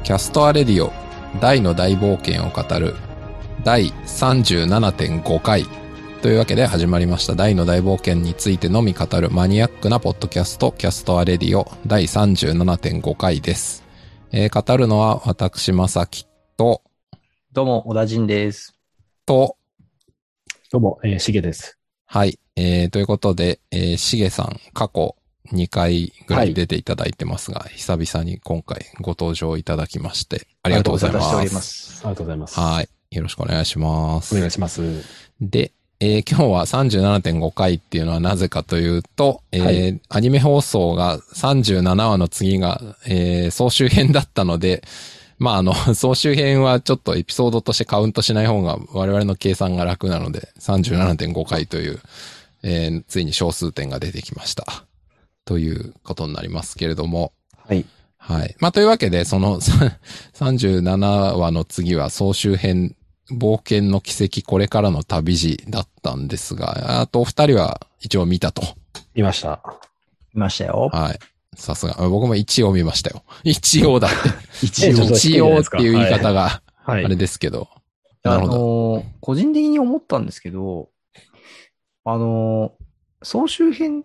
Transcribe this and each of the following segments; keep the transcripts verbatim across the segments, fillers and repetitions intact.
キャストアレディオ大の大冒険を語るだいさんじゅうななてんご 回というわけで始まりました大の大冒険についてのみ語るマニアックなポッドキャストキャストアレディオだいさんじゅうななてんご 回です。えー、語るのは私まさきとどうも小田陣ですとどうも、えー、しげです。 はい、えー、ということで、えー、しげさん過去にかいぐらい出ていただいてますが、はい、久々に今回ご登場いただきましてありがとうございます。 ありがとうございます。 ありがとうございます。 はい。よろしくお願いします。 お願いします。 で、えー、今日は さんじゅうななてんご 回っていうのはなぜかというと、えーはい、アニメ放送がさんじゅうななわの次が、えー、総集編だったので、まあ、あの、総集編はちょっとエピソードとしてカウントしない方が我々の計算が楽なので、さんじゅうななてんご 回という、えー、ついに小数点が出てきました。ということになりますけれども。 はい。 はい。まあ、というわけで、そのさんじゅうななわの次は総集編、冒険の奇跡これからの旅路だったんですが、あとお二人は一応見たと。 見ました。 見ましたよ。 はい。さすが。僕も一応見ましたよ。一応だって。 一応。一応っていう言い方が、あれですけど。 はい、なるほど。あのー、個人的に思ったんですけど、あのー、総集編って、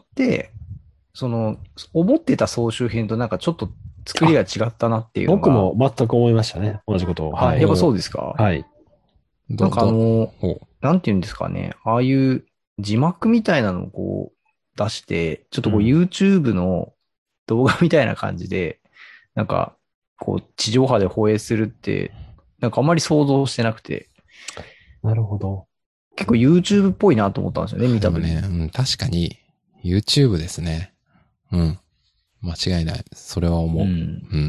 その、思ってた総集編となんかちょっと作りが違ったなっていうのが。 僕も全く思いましたね。同じことを。 はい。やっぱそうですか？ はい。 なんかあの、なんていうんですかね。ああいう字幕みたいなのをこう出して、ちょっとこう YouTube の動画みたいな感じで、なんか、こう地上波で放映するって、なんかあんまり想像してなくて。 なるほど。 結構 YouTube っぽいなと思ったんですよね、見た目ね。うん、確かに YouTube ですね。うん。間違いない。それは思う。うん。うん、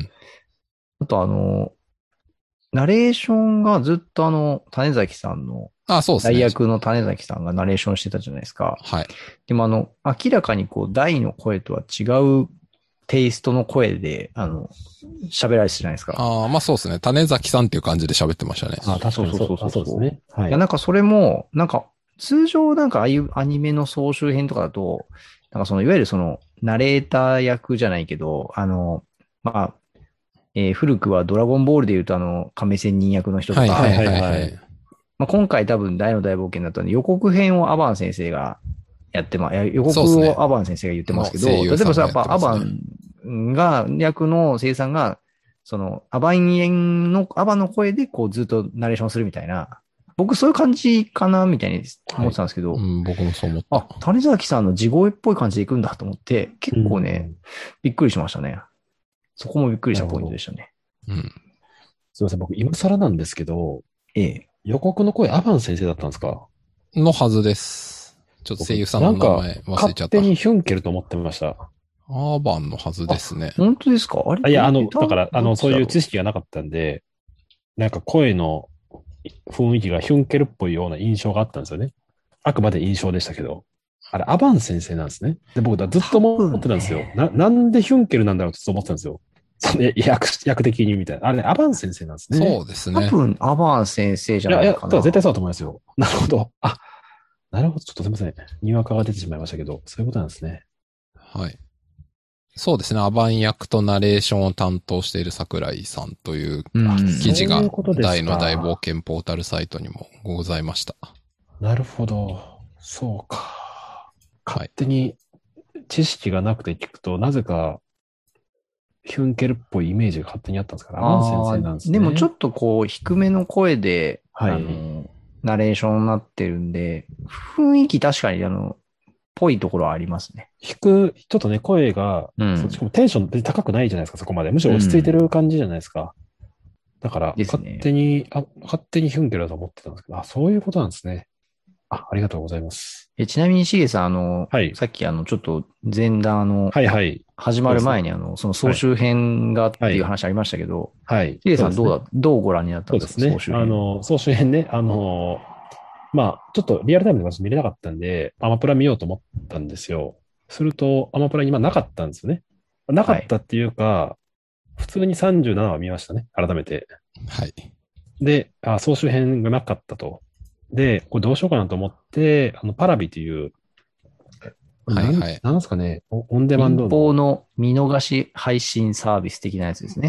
あとあの、ナレーションがずっとあの、種崎さんの、 あ、そうですね。 代役の種崎さんがナレーションしてたじゃないですか。 はい。 でもあの、明らかにこう、大の声とは違うテイストの声で、あの、喋られてたじゃないですか。 ああ、まあそうですね。種崎さんっていう感じで喋ってましたね。 ああ、確かにそうそうそうそうですね。 はい。いや、なんかそれも、なんか、通常なんかああいうアニメの総集編とかだと、なんかその、いわゆるその、ナレーター役じゃないけど、あの、まあ、えー、古くはドラゴンボールで言うとあの、亀仙人役の人とか、 はいはいはいはい。 まあ、今回多分大の大冒険だったんで予告編をアバン先生がやってま、予告をアバン先生が言ってますけど、ね、例えばさ、やっぱアバンが、役の声優さんが、その、アバン演の、アバンの声でこうずっとナレーションするみたいな、僕そういう感じかなみたいに思ってたんですけど、 はい、うん、僕もそう思った。 あ、種崎さんの地声っぽい感じで行くんだと思って、結構ね、うん、びっくりしましたね。そこもびっくりしたポイントでしたね。 うん。 すいません、僕今更なんですけど、 ええ。 予告の声アバン先生だったんですか？ のはずですか？ちょっと声優さんの名前忘れちゃった。 勝手にヒュンケルと思ってました。 アーバンのはずですね。 本当ですか？あれ？ いや、あの、だから、あの、そういう知識がなかったんで、なんか声の雰囲気がヒュンケルっぽいような印象があったんですよね。あくまで印象でしたけど。あれ、アバン先生なんですね。で、僕、ずっと思ってたんですよ。な、なんでヒュンケルなんだろうって思ってたんですよ。その役、役的にみたいな。あれ、アバン先生なんですね。 そうですね。 多分、アバン先生じゃないかな。いや、いや、絶対そうだと思いますよ。なるほど。あ、なるほど。ちょっとすみません。にわかが出てしまいましたけど、そういうことなんですね。 はい。そうですね。アバン役とナレーションを担当している桜井さんという記事が大の大冒険ポータルサイトにもございました。 なるほど。そうか。勝手に知識がなくて聞くと、なぜかヒュンケルっぽいイメージが勝手にあったんですから、アバン先生なんですね。 でもちょっとこう、低めの声で、はい、あの、ナレーションになってるんで、雰囲気確かにあの、ぽいところはありますね。 低く、ちょっとね、声が、うん、しかもテンション別に高くないじゃないですか、そこまで。むしろ落ち着いてる感じじゃないですか。うん、だから、勝手に、あ、勝手にヒュンケルだと思ってたんですけど、あ、そういうことなんですね。あ、ありがとうございます。 え、ちなみにしげさん、あの、はい、さっきあの、ちょっと前段の、はいはい。始まる前にあの、その総集編がっていう話ありましたけど、はい。しげさんどうだ、どうご覧になったんですか？ そうですね。総集編。あの、総集編ね、あの、まあ、ちょっとリアルタイムで私見れなかったんで、アマプラ見ようと思ったんですよ。すると、アマプラに今なかったんですよね。なかったっていうか、はい、普通にさんじゅうななわ見ましたね。改めて。 はい。 で、あ、総集編がなかったと。で、これどうしようかなと思って、あの、パラビという、 はいはい。 なんですかね、オンデマンドの。民放の見逃し配信サービス的なやつですね。 まあ、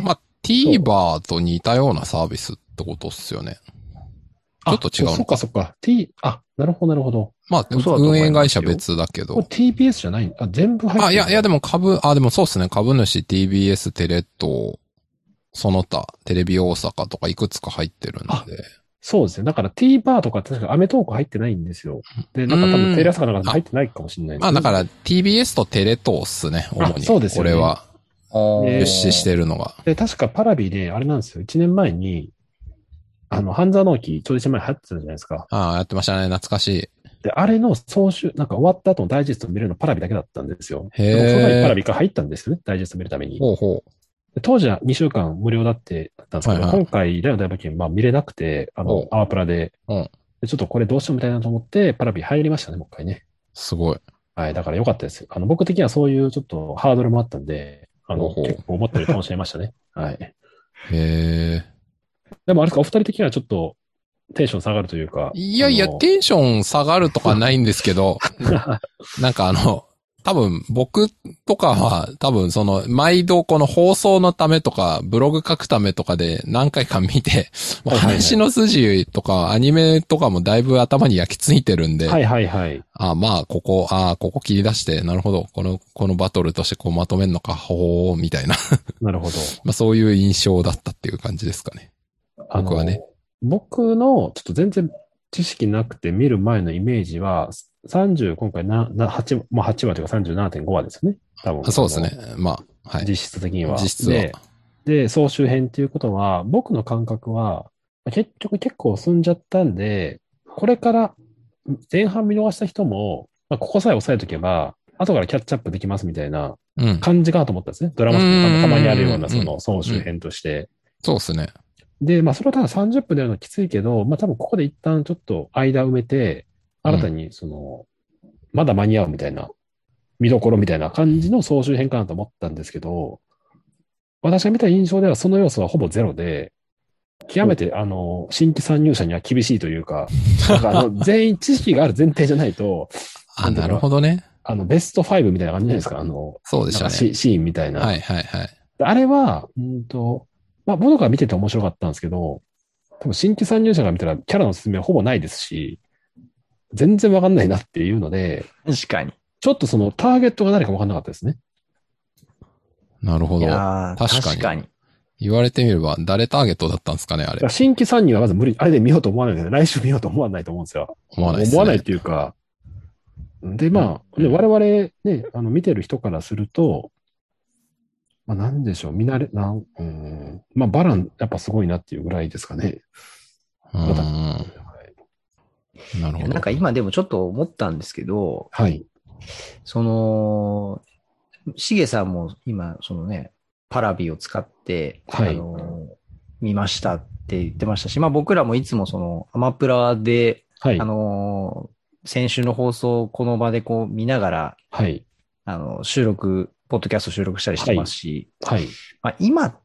TVer と似たようなサービスってことっすよね。ちょっと違うのか。 そっかそっか。T、あ、なるほどなるほど。 まあ、運営会社別だけど。 これ ティービーエス じゃないあ、全部入ってる。 あ、いや、いやでも株、あ、でもそうっすね。株主 ティービーエス テレ東、その他、テレビ大阪とかいくつか入ってるんで。 そうですね。だから TVer とか確かアメトーク入ってないんですよ。で、なんか多分テレ朝かなんか入ってないかもしれないです、ね。 まあだから ティービーエス とテレ東っすね、主に。 そうですよね。 これは。出資してるのが。 で、確かパラビで、あれなんですよ。いちねんまえに、あの、半沢直樹、ちょうどいちねんまえ入ってたじゃないですか。 ああ、やってましたね。懐かしい。 で、あれの総集、なんか終わった後のダイジェストを見るのパラビだけだったんですよ。 へえ。 でもその前にパラビが入ったんですよね。ダイジェスト見るために。 ほうほう。 で当時はにしゅうかん無料だってだったんですけど、はいはい、今回、大の大冒険、まあ見れなくて、あの、アマプラで、うん、で、ちょっとこれどうしようみたいなと思って、パラビ入りましたね、もう一回ね。 すごい。 はい、だから良かったです。あの、僕的にはそういうちょっとハードルもあったんで、あの、ほうほう結構思ったより楽しめましたね。はい。へえ。 でもあれですか、お二人的にはちょっとテンション下がるというか。 いやいや、テンション下がるとかないんですけど、なんかあの、多分僕とかは多分その毎度この放送のためとかブログ書くためとかで何回か見て、話の筋とかアニメとかもだいぶ頭に焼き付いてるんで、 はいはいはい。 あまあここ、あここ切り出して、なるほど、この、このバトルとしてこうまとめるのか、ほー、みたいな。 なるほど。 まあそういう印象だったっていう感じですかね。僕はね。 僕のちょっと全然知識なくて見る前のイメージは、さんじゅう、今回な、な、はち、まあはちわというか さんじゅうななてんご 話ですね。多分。 そうですね。まあ、はい。 実質的には。 実質は。 で、で、総集編っていうことは、僕の感覚は、結局結構進んじゃったんで、これから前半見逃した人も、まあ、ここさえ押さえとけば、後からキャッチアップできますみたいな感じかなと思ったんですね。うん、ドラマとかたまにあるような、その総集編として。 そうですね。 で、まあ、それはたださんじゅっぷんでやるのはきついけど、まあ、多分ここで一旦ちょっと間埋めて、新たにその、うん、まだ間に合うみたいな、見どころみたいな感じの総集編かなと思ったんですけど、私が見た印象ではその要素はほぼゼロで、極めて、あの、新規参入者には厳しいというか、なんかあの、全員知識がある前提じゃないと、 あ、なるほどね。 あの、ベストファイブみたいな感じじゃないですか、あの、 そうでしたね。 シ, シーンみたいな。 はいはいはい。 あれは、うんと、まあ、僕が見てて面白かったんですけど、多分新規参入者が見たらキャラの説明はほぼないですし、全然わかんないなっていうので、 確かに。 ちょっとそのターゲットが誰かわかんなかったですね。 なるほど。 確かに。確かに。 言われてみれば、誰ターゲットだったんですかね、あれ。 新規参入はまず無理、あれで見ようと思わないけど、来週見ようと思わないと思うんですよ。 思わないですね。 思わないっていうか、で、まあ、で我々ね、あの、見てる人からすると、まあ、なんでしょう、見慣れ、なん、うん、まあ、バラン、やっぱすごいなっていうぐらいですかね。 うん。 またなるほど。 なんか今でもちょっと思ったんですけど、 はい。 その、しげさんも今、そのね、パラビを使って、 はい、 あの、見ましたって言ってましたし、まあ僕らもいつもそのアマプラで、はい、あの、先週の放送をこの場でこう見ながら、 はい。 あの、収録、ポッドキャスト収録したりしてますし、 はい。はい、 まあ、今って、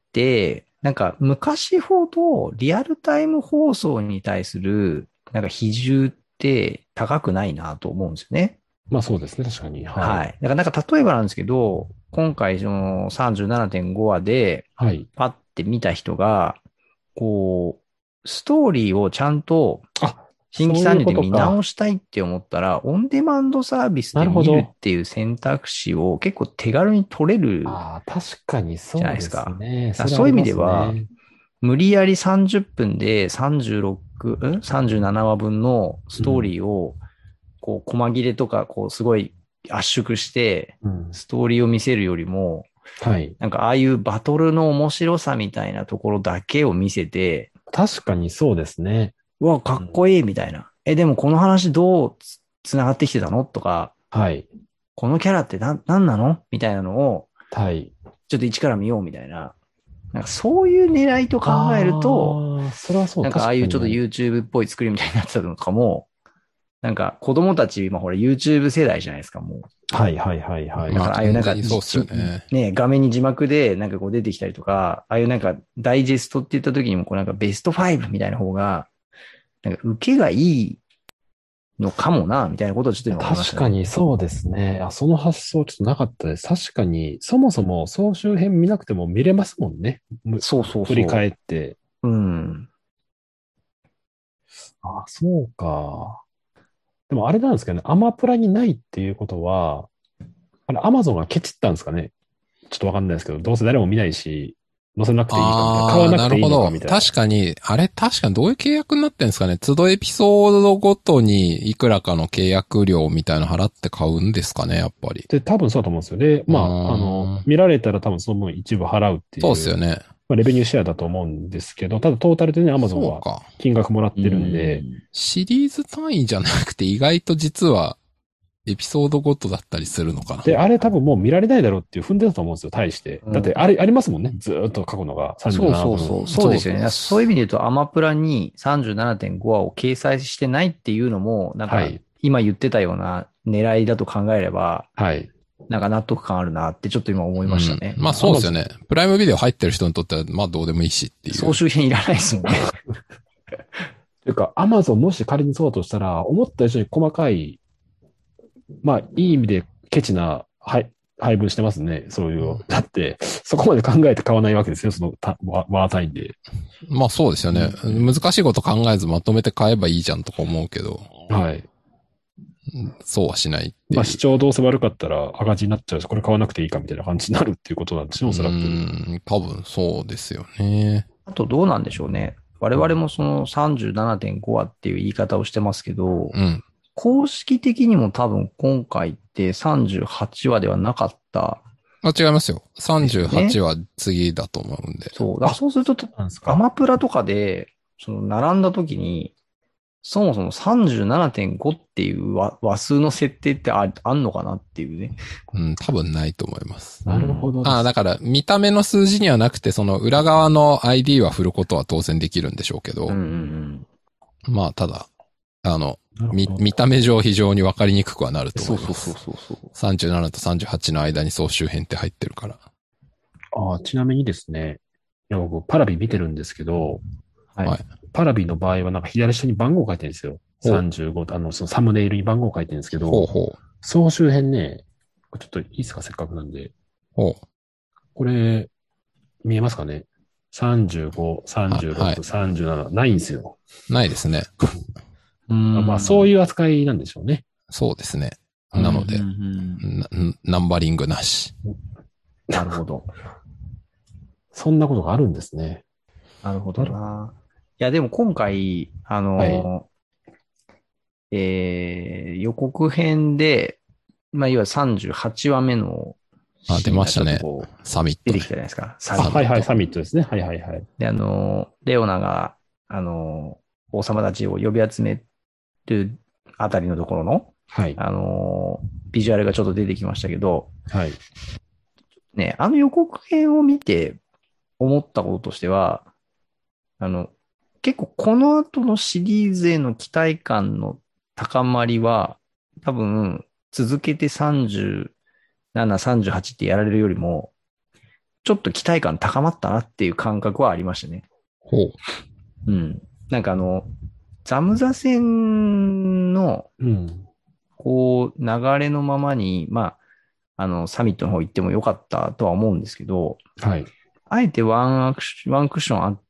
なんか昔ほどリアルタイム放送に対する、なんか比重って高くないなと思うんですよね。 まあそうですね、確かに。 はい。はい。だからなんか例えばなんですけど、今回その さんじゅうななてんご 話で、パッて見た人が、こう、ストーリーをちゃんと、新規参入で見直したいって思ったら、オンデマンドサービスで見るっていう選択肢を結構手軽に取れるじゃないですか。そういう意味では、無理やりさんじゅっぷんでさんじゅうろく、ん ?さんじゅうなな 話分のストーリーを、こう、細切れとか、こう、すごい圧縮して、ストーリーを見せるよりも、 はい。 なんか、ああいうバトルの面白さみたいなところだけを見せて、 確かにそうですね。 うわ、かっこいいみたいな。え、でもこの話どうつ、つながってきてたのとか、 はい。 このキャラってな、なんなのみたいなのを、 はい。 ちょっと一から見ようみたいな。なんかそういう狙いと考えると、 それはそうなんかああいうちょっと YouTube っぽい作りみたいになってたのとかも、なんか子供たち、今ほら YouTube 世代じゃないですか、もう。 はいはいはいはい。 だからああいうなんか、 そうっすよね。 ね、画面に字幕でなんかこう出てきたりとか、ああいうなんかダイジェストって言った時にもこうなんかベストファイブみたいな方が、なんか受けがいいのかもな、みたいなことをちょっと今思いました、ね。 確かにそうですね。あ、その発想ちょっとなかったです。確かに、そもそも総集編見なくても見れますもんね。 そうそうそう。 振り返って。 うん。 あ、そうか。でもあれなんですけどね、アマプラにないっていうことは、あれ、アマゾンがケチったんですかね。ちょっとわかんないですけど、どうせ誰も見ないし、載せなくていいかみたいな。買わなくていいのかみたいな。 確かに、あれ確かにどういう契約になってるんですかね。都度エピソードごとにいくらかの契約料みたいなの払って買うんですかね、やっぱり。 で、多分そうだと思うんですよね。まあ、あの、見られたら多分その分一部払うっていう。 そうですよね。 まあ、レベニューシェアだと思うんですけど、ただトータルでね、アマゾンは金額もらってるんで。 シリーズ単位じゃなくて意外と実はエピソードごとだったりするのかな。 で、あれ多分もう見られないだろうっていう踏んでたと思うんですよ、対して。だってあれ、ありますもんね。ずーっと書くのがさんじゅうななそうそうそう。そうですよね。そういう意味で言うと、アマプラに さんじゅうななてんご 話を掲載してないっていうのも、なんか、今言ってたような狙いだと考えれば、 はい。 なんか納得感あるなってちょっと今思いましたね。 うん、まあそうですよね。プライムビデオ入ってる人にとっては、まあどうでもいいしっていう。 総集編いらないですもんね。 というか、アマゾンもし仮にそうとしたら、思った以上に細かい、まあ、いい意味でケチな、はい、配分してますね。そういう。だって、そこまで考えて買わないわけですよ、そのた、ワー単位で。 まあそうですよね、うん。難しいこと考えずまとめて買えばいいじゃんとか思うけど。 はい。 そうはしないっていう。 まあ視聴どうせ悪かったら赤字になっちゃうし、これ買わなくていいかみたいな感じになるっていうことなんですよ、おそらく。うん、 多分そうですよね。 あとどうなんでしょうね。我々もその さんじゅうななてんご 話っていう言い方をしてますけど、 うん、 公式的にも多分今回ってさんじゅうはちわではなかった。 あ、違いますよ。さんじゅうはちは次だと思うんで。 そう。だからそうすると、アマプラとかで、その並んだ時に、そもそも さんじゅうななてんご っていう話話数の設定ってあ、あんのかなっていうね。 うん、多分ないと思います。 なるほど、 ね。ああ、だから見た目の数字にはなくて、その裏側の アイディー は振ることは当然できるんでしょうけど。 うんうんうん、まあ、ただ、あの、見、見た目上非常にわかりにくくはなると思います。 そうそうそうそうそう。 さんじゅうななとさんじゅうはちの間に総集編って入ってるから。 ああ、ちなみにですね、いや僕、パラビ見てるんですけど、 はい。 パラビの場合はなんか左下に番号書いてるんですよ。さんじゅうご、あの、そのサムネイルに番号書いてるんですけど、 ほうほう。 総集編ね、ちょっといいですか、せっかくなんで。 ほう。 これ、見えますかね ?さんじゅうご、さんじゅうろく、はい、さんじゅうなな、ないんですよ。 ないですね。 うんまあ、そういう扱いなんでしょうね。 そうですね。なので、ナンバリングなし。 なるほど。 そんなことがあるんですね。 なるほどな。いや、でも今回、あの、はい、えー、予告編で、まあ、いわゆるさんじゅうはちわめの、 あ、出ましたね。サミット、 ね。出てきたじゃないですか。 サミット。はいはい、サミットですね。はいはいはい。 で、あの、レオナが、あの、王様たちを呼び集めるあたりのところの、 はい。 あの、ビジュアルがちょっと出てきましたけど、 はい。 ね、あの予告編を見て思ったこととしては、あの、結構この後のシリーズへの期待感の高まりは、多分、続けてさんじゅうなな、さんじゅうはちってやられるよりも、ちょっと期待感高まったなっていう感覚はありましたね。 ほう。 うん。なんかあの、ザムザ戦の、こう、流れのままに、まあ、あの、サミットの方行ってもよかったとは思うんですけど、 はい。 あえてワンアクション、ワンクッションあって、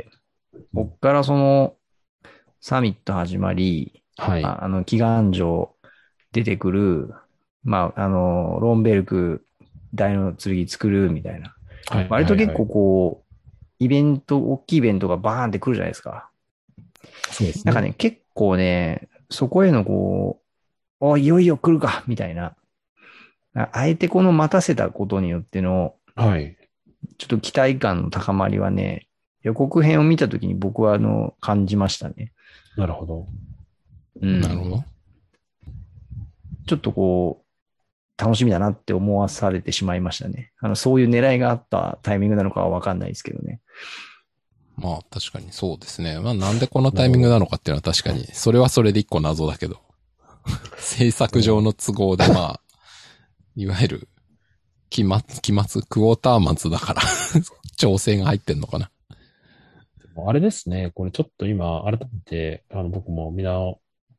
こっからその、サミット始まり、 はい。 あ, あの、祈願城出てくる、まあ、あの、ロンベルク大の剣作るみたいな。はい。割と結構こう、イベント、大きいイベントがバーンって来るじゃないですか。 そうですね。 なんかね、結構ね、そこへのこう、お、いよいよ来るか、みたいな。あえてこの待たせたことによっての、 はい。 ちょっと期待感の高まりはね、予告編を見たときに僕はあの、感じましたね。 なるほど。 うん。 なるほど。 ちょっとこう、楽しみだなって思わされてしまいましたね。あの、そういう狙いがあったタイミングなのかはわかんないですけどね。 まあ確かにそうですね。まあなんでこのタイミングなのかっていうのは確かに、それはそれで一個謎だけど。制作上の都合でまあ、いわゆる、期末、期末、クォーター末だから、調整が入ってんのかな。 あれですね。これちょっと今、改めて、あの、僕も見直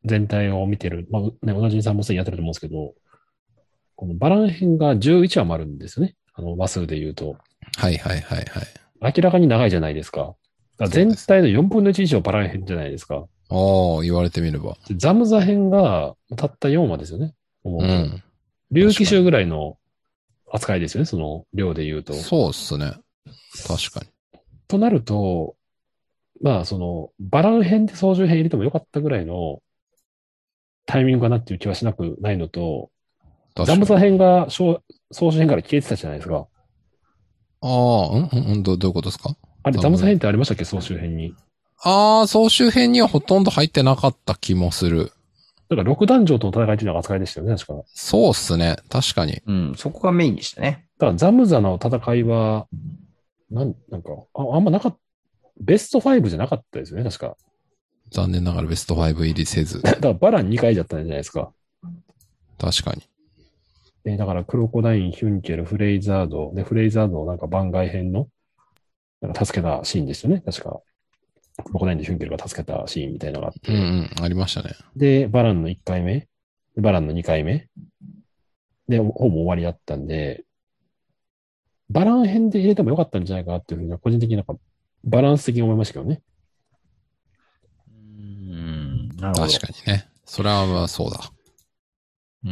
全体を見てる、まあね、同じさんもすでにやってると思うんですけど、このバラン編がじゅういちわもあるんですよね。あの話数で言うと。 はいはいはいはい。 明らかに長いじゃないですか。だから全体のよんぶんのいち以上バラン編じゃないですか。 ああ、言われてみれば。 ザムザ編がたったよんわですよね。 うん。 竜騎衆ぐらいの扱いですよね、その量で言うと。 そうっすね。確かに。 となると、まあその、バラン編で操縦編入れてもよかったぐらいのタイミングかなっていう気はしなくないのと、ザムザ編が操縦編から消えてたじゃないですか。 ああ、うんうん、ど、どういうことですか？ あれ、ザムザ編ってありましたっけ、操縦編に。 ああ、総集編にはほとんど入ってなかった気もする。 だから、六団長との戦いっていうのが扱いでしたよね、確か。 そうっすね。確かに。 うん、そこがメインでしたね。 だから、ザムザの戦いは、なん、なんか、ああんまなかった、ベストファイブじゃなかったですよね、確か。 残念ながらベストファイブ入りせず。 だから、バランにかいだったんじゃないですか。 確かに。 で、だから、クロコダイン、ヒュンケル、フレイザード、で、フレイザードのなんか番外編の、なんか助けたシーンですよね、確か。クロコダインでヒュンケルが助けたシーンみたいなのがあって。 うんうん、ありましたね。 で、バランのいっかいめ、バランのにかいめ、で、ほぼ終わりだったんで、バラン編で入れてもよかったんじゃないかなっていうふうには、個人的になんか、バランス的に思いましたけどね。 うん、なるほど。 確かにね。それはまあそうだ。 うん。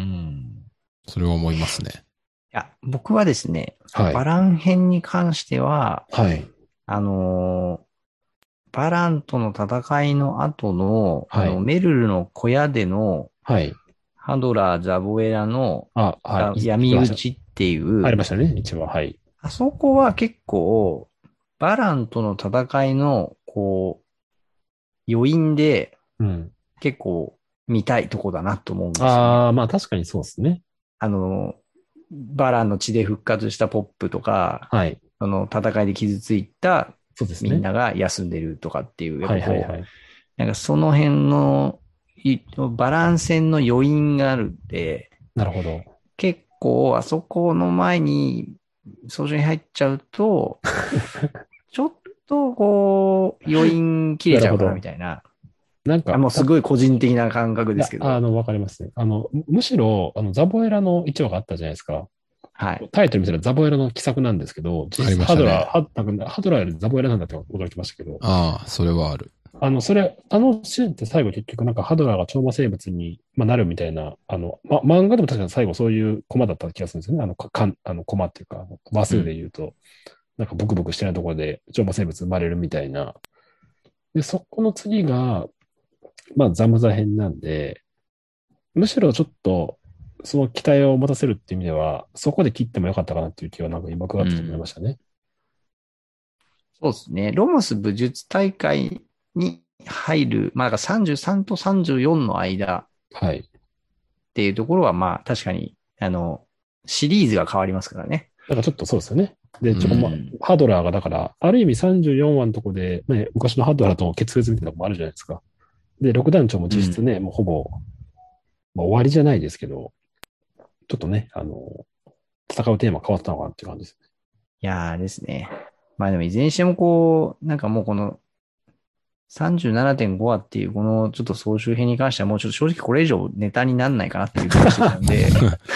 それは思いますね。 いや、僕はですね、 はい、 バラン編に関しては、 はい。 あのー、バランとの戦いの後の、はい、あのメルルの小屋での、 はい、 ハドラー・ザボエラの、 あ、はい、 闇討ちっていう、 ありましたね、一番、はい。 あそこは結構、バランとの戦いの、こう、余韻で、結構見たいとこだなと思うんですよね。 ああ、まあ確かにそうですね。 あの、バランの血で復活したポップとか、 はい。 その戦いで傷ついたそうですね。 みんなが休んでるとかっていう、 はいはいはい。 なんかその辺のバラン戦の余韻があるんで、 なるほど。 結構あそこの前に操縦に入っちゃうと、ちょっとこう余韻切れちゃうかなみたいな。 なんか、 もうすごい個人的な感覚ですけど。 あの、わかりますね。あの、むしろ、あの、ザボエラのいちわがあったじゃないですか。 はい。 タイトル見たらザボエラの奇策なんですけど、実際ハドラー、ハハドラーよりザボエラなんだって驚きましたけど。 ああ、それはある。 あの、それ、あのシーンって最後結局なんかハドラーが超魔生物に、まあ、なるみたいな、あの、ま、漫画でも確かに最後そういうコマだった気がするんですよね。あの、かん、あの、コマっていうか、話数で言うと、うん、なんかブクブクしてないところで超魔生物生まれるみたいな。で、そこの次が、まあ、ザムザ編なんで、むしろちょっと、その期待を持たせるっていう意味では、そこで切ってもよかったかなっていう気は、なんか今伺ってて思いましたね、うん。 そうですね。ロモス武術大会に入る、まあ、さんじゅうさんとさんじゅうよんの間。 はい。 っていうところは、まあ、確かに、あの、シリーズが変わりますからね。 だからちょっとそうですよね。で、ちょっとまあ、ハドラーがだから、ある意味さんじゅうよんわのとこで、ね、昔のハドラーと決別みたいなとこもあるじゃないですか。で、六団長も実質ね、うん、もうほぼ、まあ、終わりじゃないですけど、ちょっとね、あの、戦うテーマ変わったのかなっていう感じですね。 いやーですね。まあでもいずれにしてもこう、なんかもうこの さんじゅうななてんご 話っていうこのちょっと総集編に関してはもうちょっと正直これ以上ネタになんないかなっていう気がしてたんで、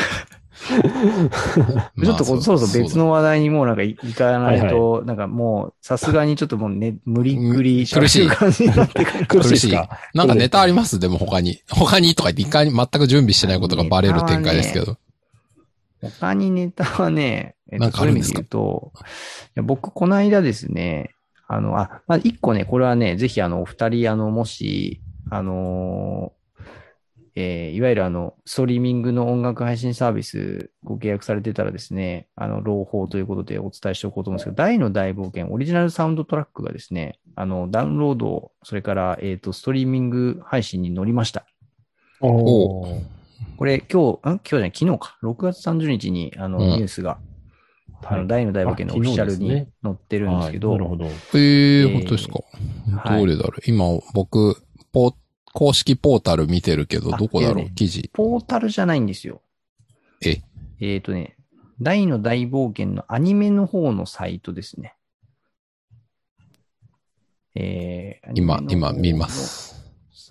ちょっとこうそろそろ別の話題にもうなんかいかないと、はいはい、なんかもうさすがにちょっともうね、無理くり苦しい感じになってくる。苦しい。なんかネタありますでも他に。他にとか言って一回全く準備してないことがバレる展開ですけど。 他にネタはね、えっと、そういう意味で言うと、僕この間ですね、あの、あ、まあ、一個ね、これはね、ぜひあの、お二人、あの、もし、あのー、えー、いわゆるあの、ストリーミングの音楽配信サービスご契約されてたらですね、あの、朗報ということでお伝えしておこうと思うんですけど、大の大冒険オリジナルサウンドトラックがですね、あの、ダウンロード、それから、えっと、ストリーミング配信に載りました。 おー。 これ今日、ん今日じゃない、昨日か。ろくがつさんじゅうにちに、あの、ニュースが、あの、大の大冒険のオフィシャルに載ってるんですけど。 なるほど。 えー、本当ですか。どれだろう。今、僕、ポー、公式ポータル見てるけど、どこだろう、記事。 ポータルじゃないんですよ。 ええっとね、大の大冒険のアニメの方のサイトですね。えー、今、今見ます。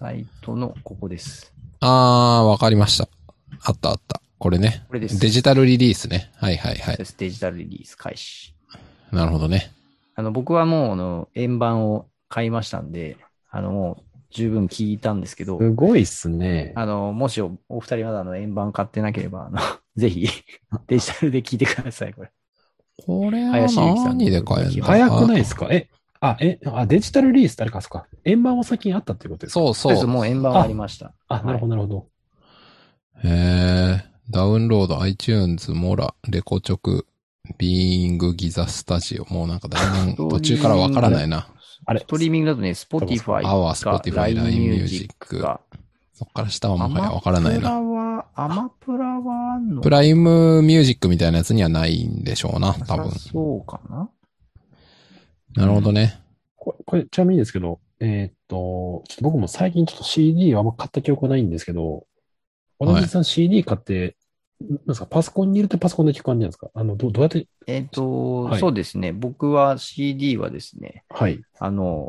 サイトのここです。 あー、わかりました。あったあった。これね。 これです。 デジタルリリースね。はいはいはい。 です。デジタルリリース開始。 なるほどね。 あの、僕はもう、あの、円盤を買いましたんで、あの、もう、十分聞いたんですけど。 すごいっすね。 あの、もしお、お二人まだあの、円盤買ってなければ、あの、ぜひ、デジタルで聞いてください、これ。 これは何で買えるの？ 早くないですか？え、あ、え、あ、デジタルリリースってあれか、そっか。円盤は先にあったっていうことですか？ そうそう。 そうです、もう円盤はありました。 あ、あ、なるほど、なるほど。 へー。ダウンロード、iTunes、モラ、レコチョク、ビーイング、ギザスタジオ。もうなんかだいぶ途中からわからないな。 あれストリーミングだとね、Spotify アワー、Spotify、ライン Music。そっから下はもはやわからないな。 アマプラは、アマプラはあんの？ プライムミュージックみたいなやつにはないんでしょうな、多分。 そうかな？ なるほどね。 これ、これちなみにですけど、えー、っと、ちょっと僕も最近ちょっと シーディー はあんま買った記憶はないんですけど、同じさん シーディー 買って、なんですか、パソコンに入れてパソコンで聞く感じなんですか？あの、ど、どうやって？ えっと、はい、そうですね。僕は シーディー はですね、 はい。 あの、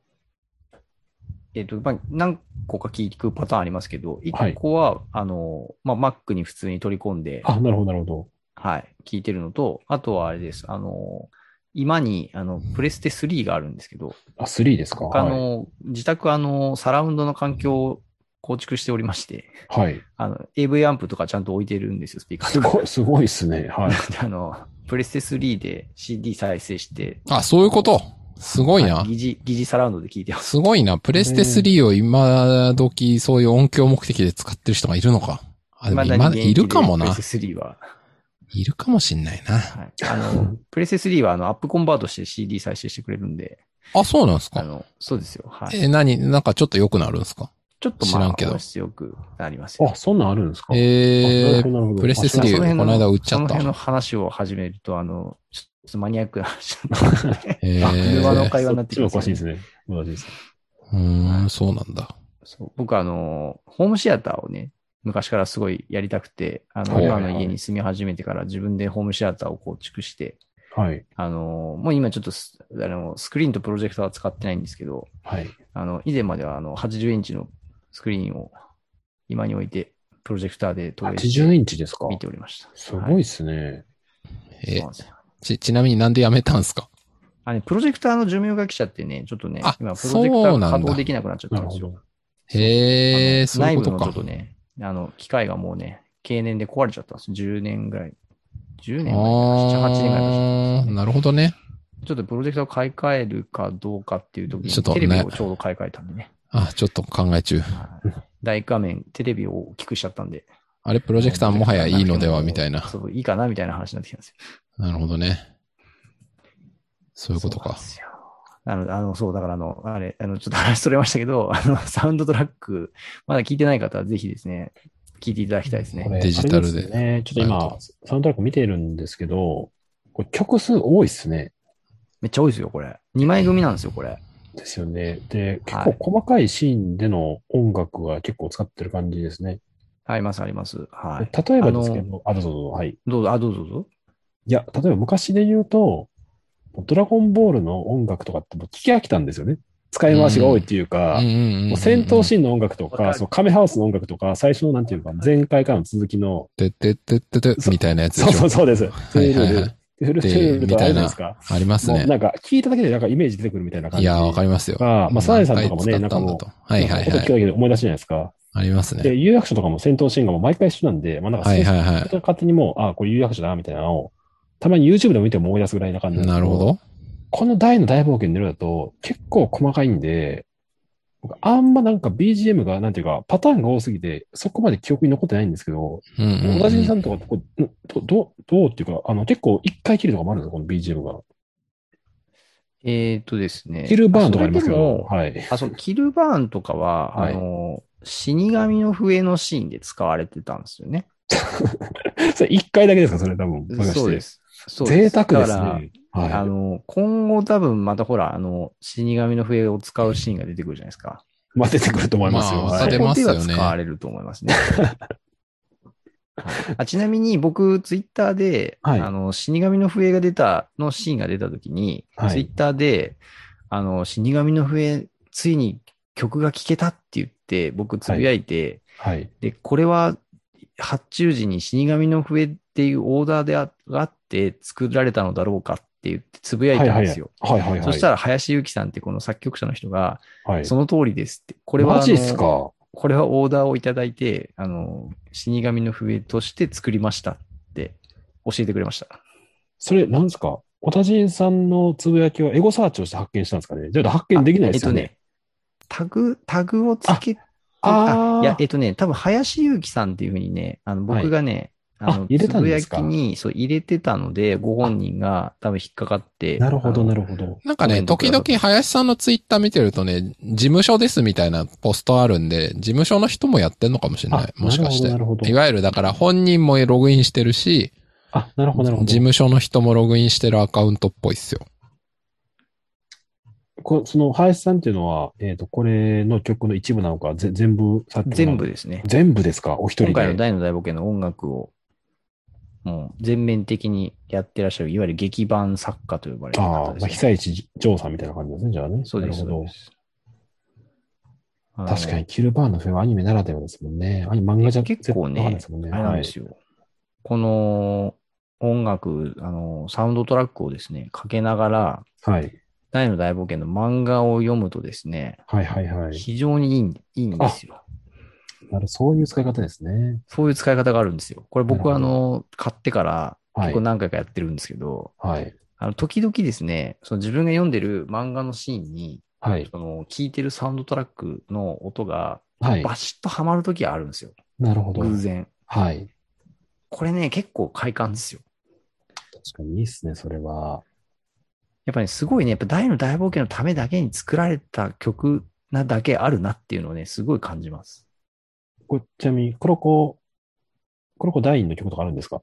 えっと、まあ、何個か聞くパターンありますけど、いっこは、はい、あの、まあ、Mac に普通に取り込んで、 あ、なるほど、なるほど。 はい、聞いてるのと、あとはあれです。あの、今に、あの、プレステスリーがあるんですけど、 あ、スリーですか？ 僕、あの、はい、自宅、あの、サラウンドの環境を構築しておりまして、 はい。 あの、エーブイ アンプとかちゃんと置いてるんですよ、スピーカーとか。 すごい、すごいっすね。はい。 あの、プレステスリーで シーディー 再生して。 あ、そういうこと？すごいな。 はい、疑似、疑似サラウンドで聞いてます。 すごいな。プレステスリーを今時そういう音響目的で使ってる人がいるのか。あ、でも今、いるかもな。 プレステスリーは。 いるかもしんないな。 はい。あの、プレステスリーはあの、アップコンバートして シーディー 再生してくれるんで。 あ、そうなんですか？ あの、そうですよ。はい。 えー、何なんかちょっと良くなるんですか？ ちょっとまあ、知らんけど。強くなりますよ。 あ、そんなんあるんですか？ えー、プレステスリーこの間売っちゃった。 その辺の話を始めると、あの、ちょっとマニアックな話なんで。 えー、車の会話になってきます、ね。おかしいですね。同じです。 うーん、そうなんだ。 そう。僕あの、ホームシアターをね、昔からすごいやりたくて、あの、今の家に住み始めてから自分でホームシアターを構築して、 はい。 あの、もう今ちょっとス、あの、スクリーンとプロジェクターは使ってないんですけど、 はい。 あの、以前まではあの、はちじゅうインチのスクリーンを今に置いて、プロジェクターで投影して。 はちじゅうインチですか？ 見ておりました。 すごいっすね。はい、 えー、ち、ちなみになんでやめたんですか？ あれ、プロジェクターの寿命が来ちゃってね、ちょっとね、今プロジェクターが稼働できなくなっちゃったんですよ。 へえ、そういうことか。 内部のちょっとね、あの、機械がもうね、経年で壊れちゃったんです。じゅうねんぐらい。じゅうねんぐらい、なな、はちねんぐらい経っちゃったんです、ね。 なるほどね。 ちょっとプロジェクターを買い替えるかどうかっていう時に、テレビをちょうど買い替えたんでね。 あ、ちょっと考え中。 大画面、テレビを大きくしちゃったんで。 あれ、プロジェクターもはやいいのではみたいな。 そう、いいかなみたいな話になってきたんですよ。 なるほどね。そういうことか。 あの、あの、そう、だからあの、あれ、あの、ちょっと話それましたけど、あの、サウンドトラック、まだ聞いてない方はぜひですね、聞いていただきたいですね。 デジタルで。 ね、ちょっと今、サウンドトラック見てるんですけど、これ曲数多いっすね。 めっちゃ多いですよ、これ。にまい組なんですよ、これ。 ですよね。で、結構細かいシーンでの音楽が結構使ってる感じですね。 あります、あります。はい。 例えばですけど、あ、どうぞどうぞ、はい。 どうぞ、あ、どうぞどうぞ。 いや、例えば昔で言うと、ドラゴンボールの音楽とかってもう聞き飽きたんですよね。使い回しが多いっていうか、もう戦闘シーンの音楽とか、そのカメハウスの音楽とか、最初のなんていうか、前回からの続きの。 てってってってってみたいなやつでしょ。 そうそうそうです。はいはいはい。フルフルとあるじゃないですか。 ありますね。 なんか聞いただけでなんかイメージ出てくるみたいな感じ。 いや、わかりますよ。 まあ、サザエさんとかもね、なんかもう、 はいはいはい。 音聞くだけで思い出すじゃないですか。 ありますね。 で、有楽町とかも戦闘シーンがもう毎回一緒なんで、まあなんか、 はいはいはい。 勝手にもう、あ、これ有楽町だな、みたいなのを、たまに YouTube でも見ても思い出すぐらいな感じなんですけど。 なるほど。 この大の大冒険の色だと結構細かいんで、僕あんまなんか ビージーエム がなんていうかパターンが多すぎてそこまで記憶に残ってないんですけど、 うんうんうん、 小田人さんとかこどどどうっていうかあの結構一回切るとかもあるんですよ、この ビージーエム が。 えーっとですね。 キルバーンとかありますけど、はい。 あ、そう、キルバーンとかは、はい、あの、死神の笛のシーンで使われてたんですよね。 それ一回だけですか、それ多分。 そうです。そうです。 贅沢ですね。 はい、あの、今後多分またほら、あの、死神の笛を使うシーンが出てくるじゃないですか。 まあ出てくると思いますよ。 まあ、出ますよね。 使われると思いますね。あ、ちなみに僕、ツイッターで、はい、あの、死神の笛が出た、のシーンが出たときに、はい、ツイッターで、あの、死神の笛、ついに曲が聴けたって言って、僕つぶやいて、 はい。 で、これは、発注時に死神の笛っていうオーダーでああって作られたのだろうかって言ってつぶやいたんですよ。 はいはいはい。 そしたら林由紀さんってこの作曲者の人が、 はい、 その通りですって。これはマジっすか？ これはオーダーをいただいて、あの、死神の笛として作りましたって教えてくれました。 それ、なんですか？小田人さんのつぶやきはエゴサーチをして発見したんですかね？じゃあ発見できないですよね。 えっとね、タグ、タグをつけて、 ああ、 いや、えっとね、多分林由紀さんっていうふうにね、あの、僕がね、 はい、 あの、 入れたんですか？ つぶやきに、そう、入れてたので、ご本人が多分引っかかって。 なるほど、なるほど。 なんかね、時々林さんのツイッター見てるとね、事務所ですみたいなポストあるんで、事務所の人もやってんのかもしれない。もしかして。なるほど。いわゆるだから本人もログインしてるし、 あ、なるほど、なるほど。 事務所の人もログインしてるアカウントっぽいっすよ。 こその、林さんっていうのは、えっと、これの曲の一部なのか、ぜ全部作曲全部ですね。 全部ですか？お一人で。 今回の大の大冒険の音楽を、もう全面的にやってらっしゃる、いわゆる劇版作家と呼ばれる方です、ね。 ああ、まあ、久石譲さんみたいな感じですね、じゃあね。 そうです、そうです。 確かに、キルバーンのフェはアニメならではですもんね。アニメ漫画じゃ結構ね、 ですもんね、 あれなんですよ。はい、この音楽、あの、サウンドトラックをですね、かけながら、 はい。 大の大冒険の漫画を読むとですね、 はいはいはい。 非常にいい、いいんですよ。 なるそういう使い方ですね。 そういう使い方があるんですよ。これ僕はあの、買ってから結構何回かやってるんですけど、 はい。 あの、時々ですね、その自分が読んでる漫画のシーンに、 はい。 その、聞いてるサウンドトラックの音が、 はい。 バシッとハマるときはあるんですよ。 なるほど。 偶然。 はい。 これね、結構快感ですよ。 確かにいいっすね、それは。 やっぱり、ね、すごいね、やっぱ大の大冒険のためだけに作られた曲なだけあるなっていうのをね、すごい感じます。 これちなみに、クロコ、クロコダインの曲とかあるんですか？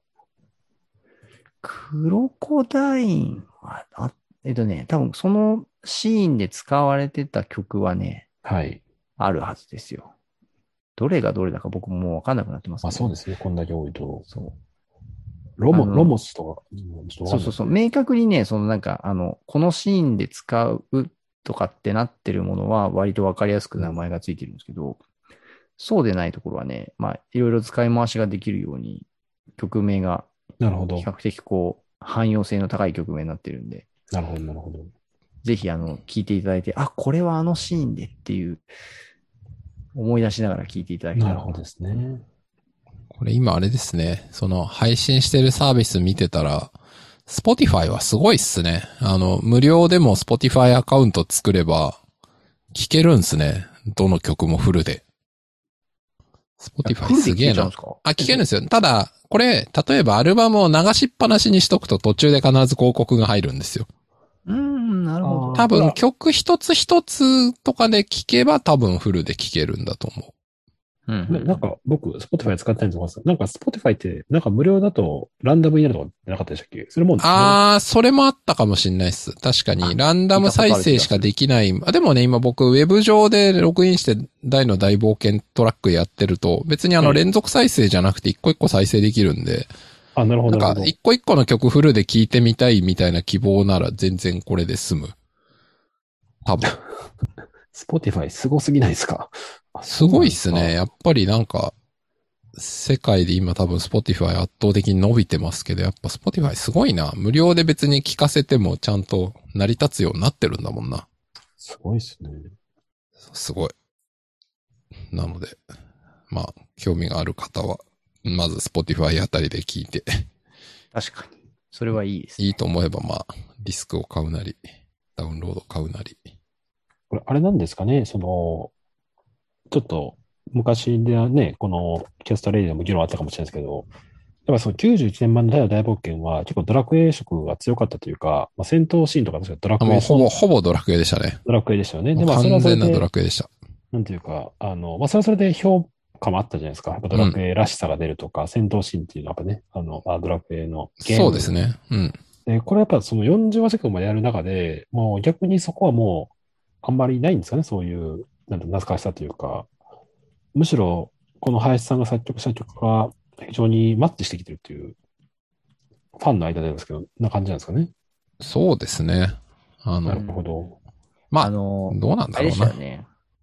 クロコダインは、あ、えっとね、多分そのシーンで使われてた曲はね、 はい。 あるはずですよ。どれがどれだか僕ももうわかんなくなってますけど。 あ、そうですね。こんだけ多いと。 そう。 ロモ、ロモスとか、 そうそうそう。明確にね、そのなんか、あの、このシーンで使うとかってなってるものは割とわかりやすく名前がついてるんですけど、うん、そうでないところはね、まあ、いろいろ使い回しができるように、曲名が、 なるほど。 比較的こう、汎用性の高い曲名になってるんで。 なるほど、なるほど。 ぜひ、あの、聞いていただいて、あ、これはあのシーンでっていう、思い出しながら聞いていただきたい。 なるほどですね。 これ今あれですね。その配信してるサービス見てたら、Spotify はすごいっすね。あの、無料でも Spotify アカウント作れば、聴けるんすね。どの曲もフルで。Spotify すげえな。あ、聴けるんですよ。ただ、これ、例えばアルバムを流しっぱなしにしとくと途中で必ず広告が入るんですよ。 うーん、なるほど。 多分曲一つ一つとかで聴けば多分フルで聴けるんだと思う。 うん、 なんか僕、Spotify 使ってないんですけど、なんか Spotify ってなんか無料だとランダムになるとかなかったでしたっけ？それも。 あー、それもあったかもしんないっす。確かに、ランダム再生しかできない。あ、でもね、今僕、ウェブ上でログインして大の大冒険トラックやってると、別にあの連続再生じゃなくて一個一個再生できるんで。 あ、なるほど。 なんか、一個一個の曲フルで聴いてみたいみたいな希望なら全然これで済む。多分。 Spotify すごすぎないですか？ すごいっすね。やっぱりなんか、世界で今多分 Spotify 圧倒的に伸びてますけど、やっぱ Spotify すごいな。無料で別に聞かせてもちゃんと成り立つようになってるんだもんな。 すごいっすね。 すごい。なので、まあ、興味がある方は、まず Spotify あたりで聞いて。 確かに。それはいいですね。 いいと思えば、まあ、ディスクを買うなり、ダウンロード買うなり。 これ、あれなんですかね、その、ちょっと、昔ではね、このキャストレイでも議論あったかもしれないですけど、やっぱそのきゅうじゅういちねん版の大の大冒険は結構ドラクエ色が強かったというか、まあ、戦闘シーンとか確かドラクエ。 もうほぼ、ほぼドラクエでしたね。 ドラクエでしたよね。 で、まあ、完全なドラクエでした。 なんていうか、あの、まあ、それはそれで評価もあったじゃないですか。やっぱドラクエらしさが出るとか、うん、戦闘シーンっていうのはやっぱね、あの、あドラクエのゲーム。そうですね。うん。 で、これやっぱそのよんじゅうわ弱までやる中で、もう逆にそこはもう、あんまりないんですかね、そういう、なんて懐かしさというか、むしろ、この林さんが作曲した曲が非常にマッチしてきてるっていう、ファンの間でですけど、な感じなんですかね。 そうですね。あの、 なるほど。 まあ、あのどうなんだろうな。 あれでしたよね。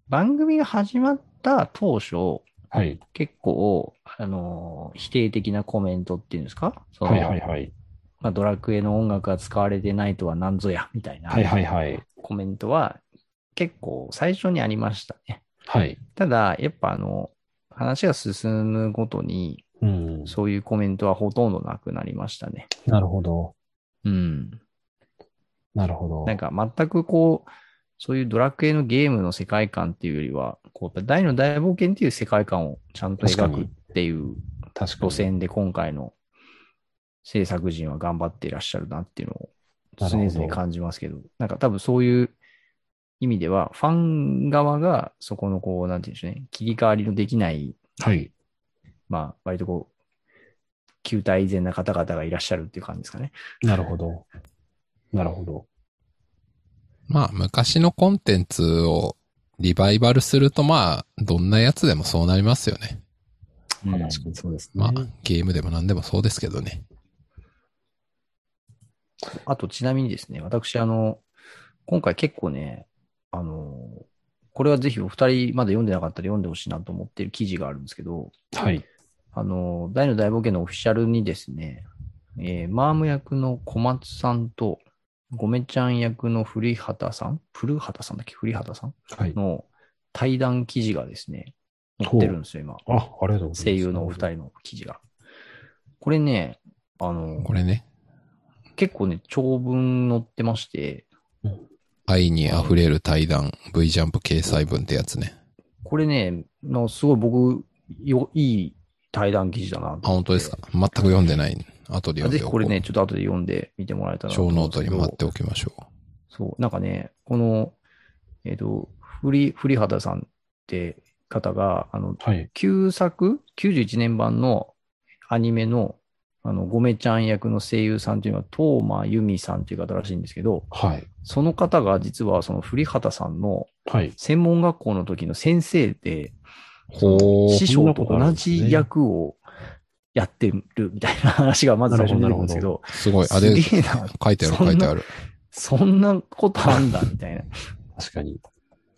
番組が始まった当初、 はい。 結構、あの、否定的なコメントっていうんですかその、 はいはいはい。 まあ、ドラクエの音楽が使われてないとは何ぞや、みたいなはいはいはい。 コメントは結構最初にありましたね。 はい。 ただ、やっぱあの、話が進むごとに、 うん。 そういうコメントはほとんどなくなりましたね。 なるほど。 うん。 なるほど。 なんか全くこう、そういうドラクエのゲームの世界観っていうよりは、こう、大の大冒険っていう世界観をちゃんと描くっていう確かに。 路線で今回の制作陣は頑張っていらっしゃるなっていうのを常々感じますけど、なんか多分そういう意味では、ファン側がそこのこう、なんていうんでしょうね、切り替わりのできない、 はい。 まあ、割とこう、旧態依然な方々がいらっしゃるっていう感じですかね。 なるほど。なるほど。 まあ、昔のコンテンツをリバイバルすると、まあ、どんなやつでもそうなりますよね。 まあ、確かにそうですね。 まあ、ゲームでも何でもそうですけどね。 あと、ちなみにですね、私、あの、今回結構ね、あの、これはぜひお二人まだ読んでなかったら読んでほしいなと思っている記事があるんですけど、 はい。 あの、大の大冒険のオフィシャルにですね、えー、マーム役の小松さんと、ゴメちゃん役の古畑さん古畑さんだっけ古畑さんはい。 の対談記事がですね、載ってるんですよ、今。 あ、ありがとうございます。 声優のお二人の記事が。これね、あの、 これね。 結構ね、長文載ってまして、 愛に溢れる対談、V ジャンプ掲載文ってやつね。 これね、のすごい僕、よ、いい対談記事だなと思って。 あ、本当ですか。全く読んでない。後で読んでおこう。 ぜひこれね、ちょっと後で読んでみてもらえたらなと小ノー思うんですけど。 トに貼っておきましょう。 そう、なんかね、この、えっ、と、フリ、フリハダさんって方が、あの、 はい。 旧作 ?きゅうじゅういち 年版のアニメの、あの、ゴメちゃん役の声優さんというのは、トーマユミさんという方らしいんですけど、 はい。 その方が実はそのフリハタさんのはい。 専門学校の時の先生で、 ほー。 師匠と同じ役をやってるみたいな話がまず最初に出てくるんですけど、 すごい。あれ、 すげえな。 書いてある書いてある。 そんなことあんだ、みたいな。 確かに。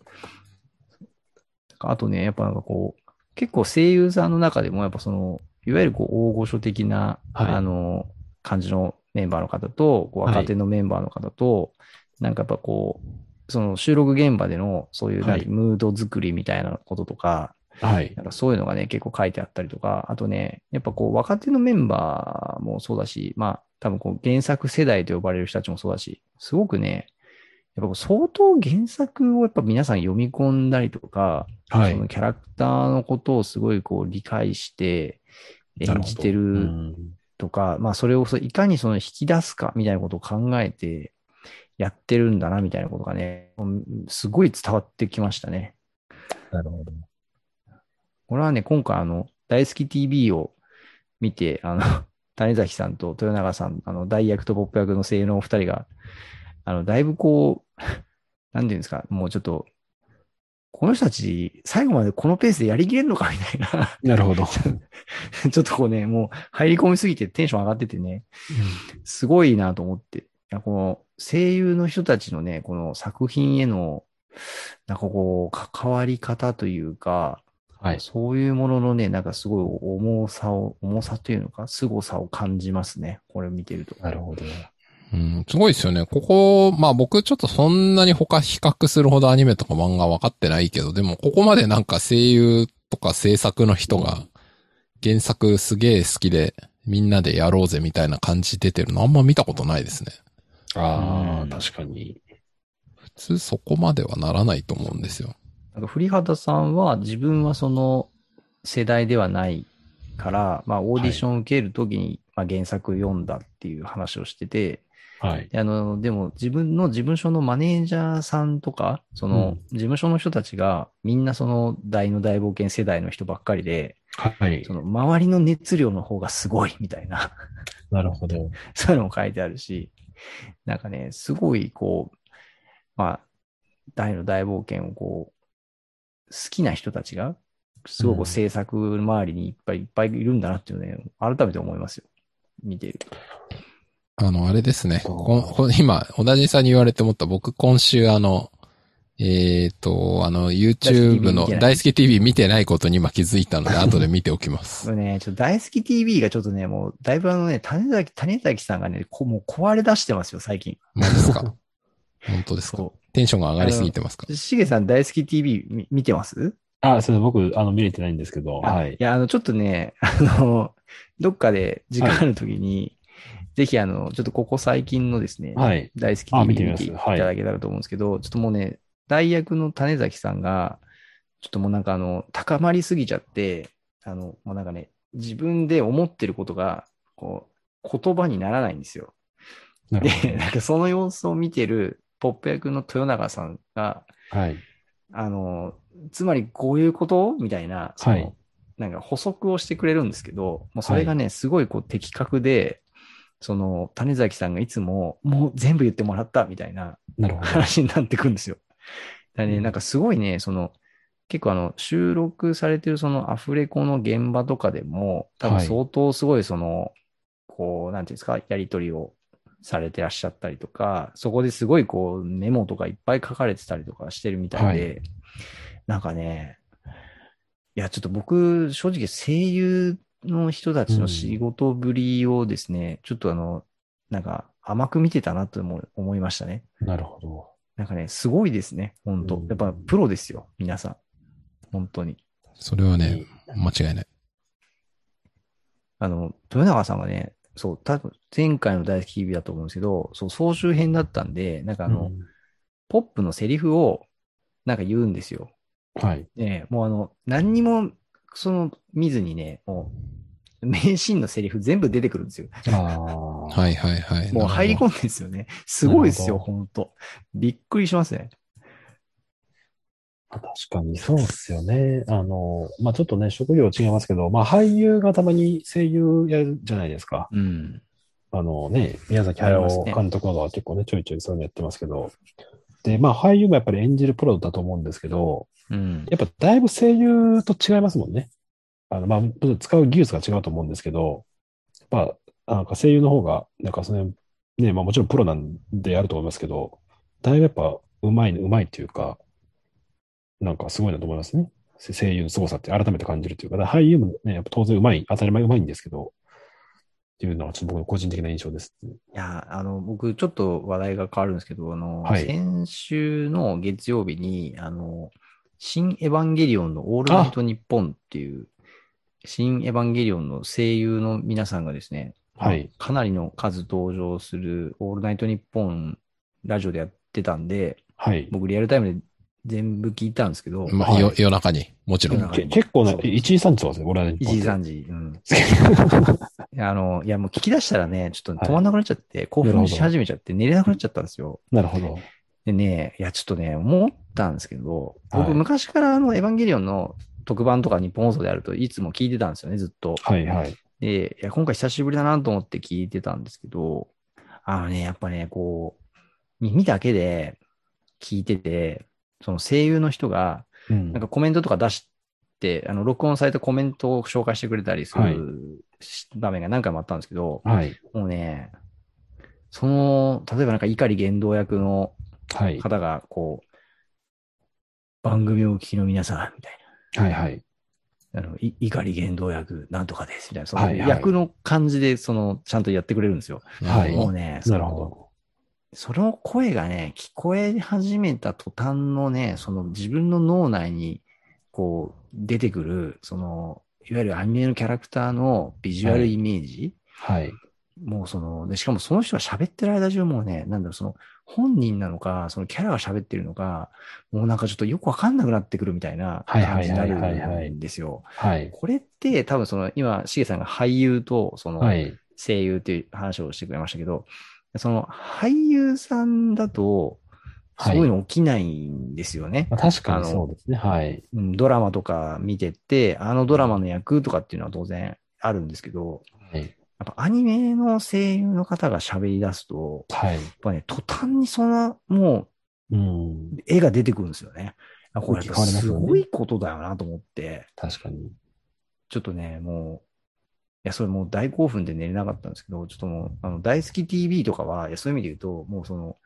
あとね、やっぱなんかこう、結構声優さんの中でも、やっぱその、いわゆるこう、大御所的な、 はいあの、感じのメンバーの方と、こう若手のメンバーの方と、なんかやっぱこう、その収録現場での、そういう、 はいムード作りみたいなこととか、 はい。 なんかそういうのがね、結構書いてあったりとか、あとね、やっぱこう、若手のメンバーもそうだし、まあ、多分こう、原作世代と呼ばれる人たちもそうだし、すごくね、やっぱこう相当原作をやっぱ皆さん読み込んだりとか、 はい。 そのキャラクターのことをすごいこう理解して演じてるとか、まあそれをいかにその引き出すかみたいなことを考えてやってるんだなみたいなことがね、すごい伝わってきましたね。 なるほど。 これはね、今回あの、大好き ティーブイ を見て、あの、種崎さんと豊永さん、あの、大役とポップ役の声優のお二人が、あの、だいぶこう、なんていうんですか、もうちょっと、この人たち、最後までこのペースでやりきれるのかみたいな。 なるほど。 ちょっとこうね、もう入り込みすぎてテンション上がっててね、すごいなと思って。いや、この声優の人たちのね、この作品への、なんかこう、関わり方というか、 はい、 そういうもののね、なんかすごい重さを、重さというのか、凄さを感じますね。これを見てると。 なるほど。 うん、すごいですよね。ここ、まあ僕ちょっとそんなに他比較するほどアニメとか漫画分かってないけど、でもここまでなんか声優とか制作の人が原作すげえ好きでみんなでやろうぜみたいな感じ出てるのあんま見たことないですね。 ああ、確かに。 普通そこまではならないと思うんですよ。 なんか古畑さんは自分はその世代ではないから、まあオーディションを受けるときに、まあ、原作読んだっていう話をしてて、 はい。 であの、でも自分の事務所のマネージャーさんとか、その事務所の人たちがみんなその大の大冒険世代の人ばっかりで、 はい。 その周りの熱量の方がすごいみたいな。 なるほど。 そういうのも書いてあるし、なんかね、すごいこう、まあ、大の大冒険をこう、好きな人たちが、すごく制作周りにいっぱいいっぱいいるんだなっていうね、改めて思いますよ。見ていると。 あの、あれですね。ここ今、小田人さんに言われて思った僕今週あの、 えっと、あの、YouTube の大好き ティービー 見てないことに今気づいたので、後で見ておきます。 ね、ちょっと大好き ティービー がちょっとね、もう、だいぶあのね、種崎、種崎さんがね、こもう壊れ出してますよ、最近。 マジですか本当ですかテンションが上がりすぎてますかしげさん大好き ティービー 見、見てます？ あ、それ僕、あの、見れてないんですけど、はい。 いや、あの、ちょっとね、あの、どっかで時間あるときに、はい、ぜひあの、ちょっとここ最近のですね、 はい。 大好き ティービー 見ていただけたらと思うんですけど、はい、ちょっともうね、代役の種崎さんが、ちょっともうなんかあの、高まりすぎちゃって、あの、もうなんかね、自分で思ってることが、こう、言葉にならないんですよ。で、なんかその様子を見てるポップ役の豊永さんが、 はい。 あの、つまりこういうことみたいな、その、はい、なんか補足をしてくれるんですけど、もうそれがね、はい、すごいこう的確で、その、種崎さんがいつも、もう全部言ってもらったみたいな話になってくるんですよ。だね、なんかすごいね、その、結構あの、収録されてるそのアフレコの現場とかでも、多分相当すごいその、はい、こう、なんていうんですか、やりとりをされてらっしゃったりとか、そこですごいこう、メモとかいっぱい書かれてたりとかしてるみたいで、はい、なんかね、いや、ちょっと僕、正直声優の人たちの仕事ぶりをですね、うん、ちょっとあの、なんか甘く見てたなと思いましたね。 なるほど。 なんかね、すごいですね、本当、うん、やっぱプロですよ、皆さん。本当に。 それはね、間違いない。 あの、豊永さんがね、そう、多分前回の大好き ティービー だと思うんですけど、そう、総集編だったんで、なんかあの、うん、ポップのセリフをなんか言うんですよ。 はい。 ね、もうあの、何にも、その、見ずにね、もう、名シーンのセリフ全部出てくるんですよ。 ああ。 はいはいはい。 もう入り込んでるんですよね。すごいですよ、ほんと。びっくりしますね。 確かにそうですよね。あの、まあ、ちょっとね、職業違いますけど、まあ、俳優がたまに声優やるじゃないですか。 うん。 あのね、宮崎駿監督などは結構ね、ちょいちょいそういうのやってますけど。で、まあ、俳優もやっぱり演じるプロだと思うんですけど、 うん、 やっぱだいぶ声優と違いますもんね。あの、まあ、使う技術が違うと思うんですけど、やっぱ、なんか声優の方が、なんかその、ね、まあもちろんプロなんであると思いますけど、だいぶやっぱうまい、うまいっていうか、なんかすごいなと思いますね。声優の凄さって改めて感じるというか、俳優もね、やっぱ当然うまい、当たり前うまいんですけど、っていうのはちょっと僕の個人的な印象です、ね。 いや、あの、僕ちょっと話題が変わるんですけど、あの、 はい、 先週の月曜日に、あの、新エヴァンゲリオンのオールナイトニッポンっていう、新エヴァンゲリオンの声優の皆さんがですね、 はい、 かなりの数登場するオールナイトニッポンラジオでやってたんで、 はい、 僕リアルタイムで全部聞いたんですけど、 まあ、はい、夜中に、もちろん。 結構ね、いちじさんじですね、俺はね。 いちじさんじ、うん。あの、いや、もう聞き出したらね、ちょっと止まんなくなっちゃって、はい、興奮し始めちゃって寝れなくなっちゃったんですよ。 なるほど。 でね、いや、ちょっとね、思ったんですけど、僕、昔からあの、エヴァンゲリオンの特番とか日本放送であるといつも聞いてたんですよね、ずっと。 はいはい。 で、いや、今回久しぶりだなと思って聞いてたんですけど、あのね、やっぱね、こう、耳だけで聞いてて、その声優の人が、なんかコメントとか出して、うん、あの、録音されたコメントを紹介してくれたりする場面が何回もあったんですけど、 はい、 もうね、その、例えばなんか怒り言動役の方が、こう、はい、番組をお聞きの皆さん、みたいな。はいはい。 あの、怒り言動役、なんとかです、みたいな。その役の感じで、その、ちゃんとやってくれるんですよ。 はい。 もうね、 なるほど。 その声がね、聞こえ始めた途端のね、その自分の脳内に、こう、出てくる、その、いわゆるアニメのキャラクターのビジュアルイメージ。 はい。はい、 もうその、で、しかもその人が喋ってる間中もね、なんだろう、その、本人なのか、そのキャラが喋ってるのか、もうなんかちょっとよくわかんなくなってくるみたいな感じになるんですよ。 はい。 これって多分その、今、しげさんが俳優と、その、声優っていう話をしてくれましたけど、その俳優さんだと、そういうの起きないんですよね。 はい、確かにそうですね。はい。 ドラマとか見てて、あのドラマの役とかっていうのは当然あるんですけど、 はい、 やっぱアニメの声優の方が喋り出すと、 はい、 やっぱね、途端にその、もう、絵が出てくるんですよね。これすごいことだよなと思って。 確かに。 ちょっとね、もう、いや、それもう大興奮で寝れなかったんですけど、ちょっともう、あの、大好き ティービー とかは、いや、そういう意味で言うと、もうその、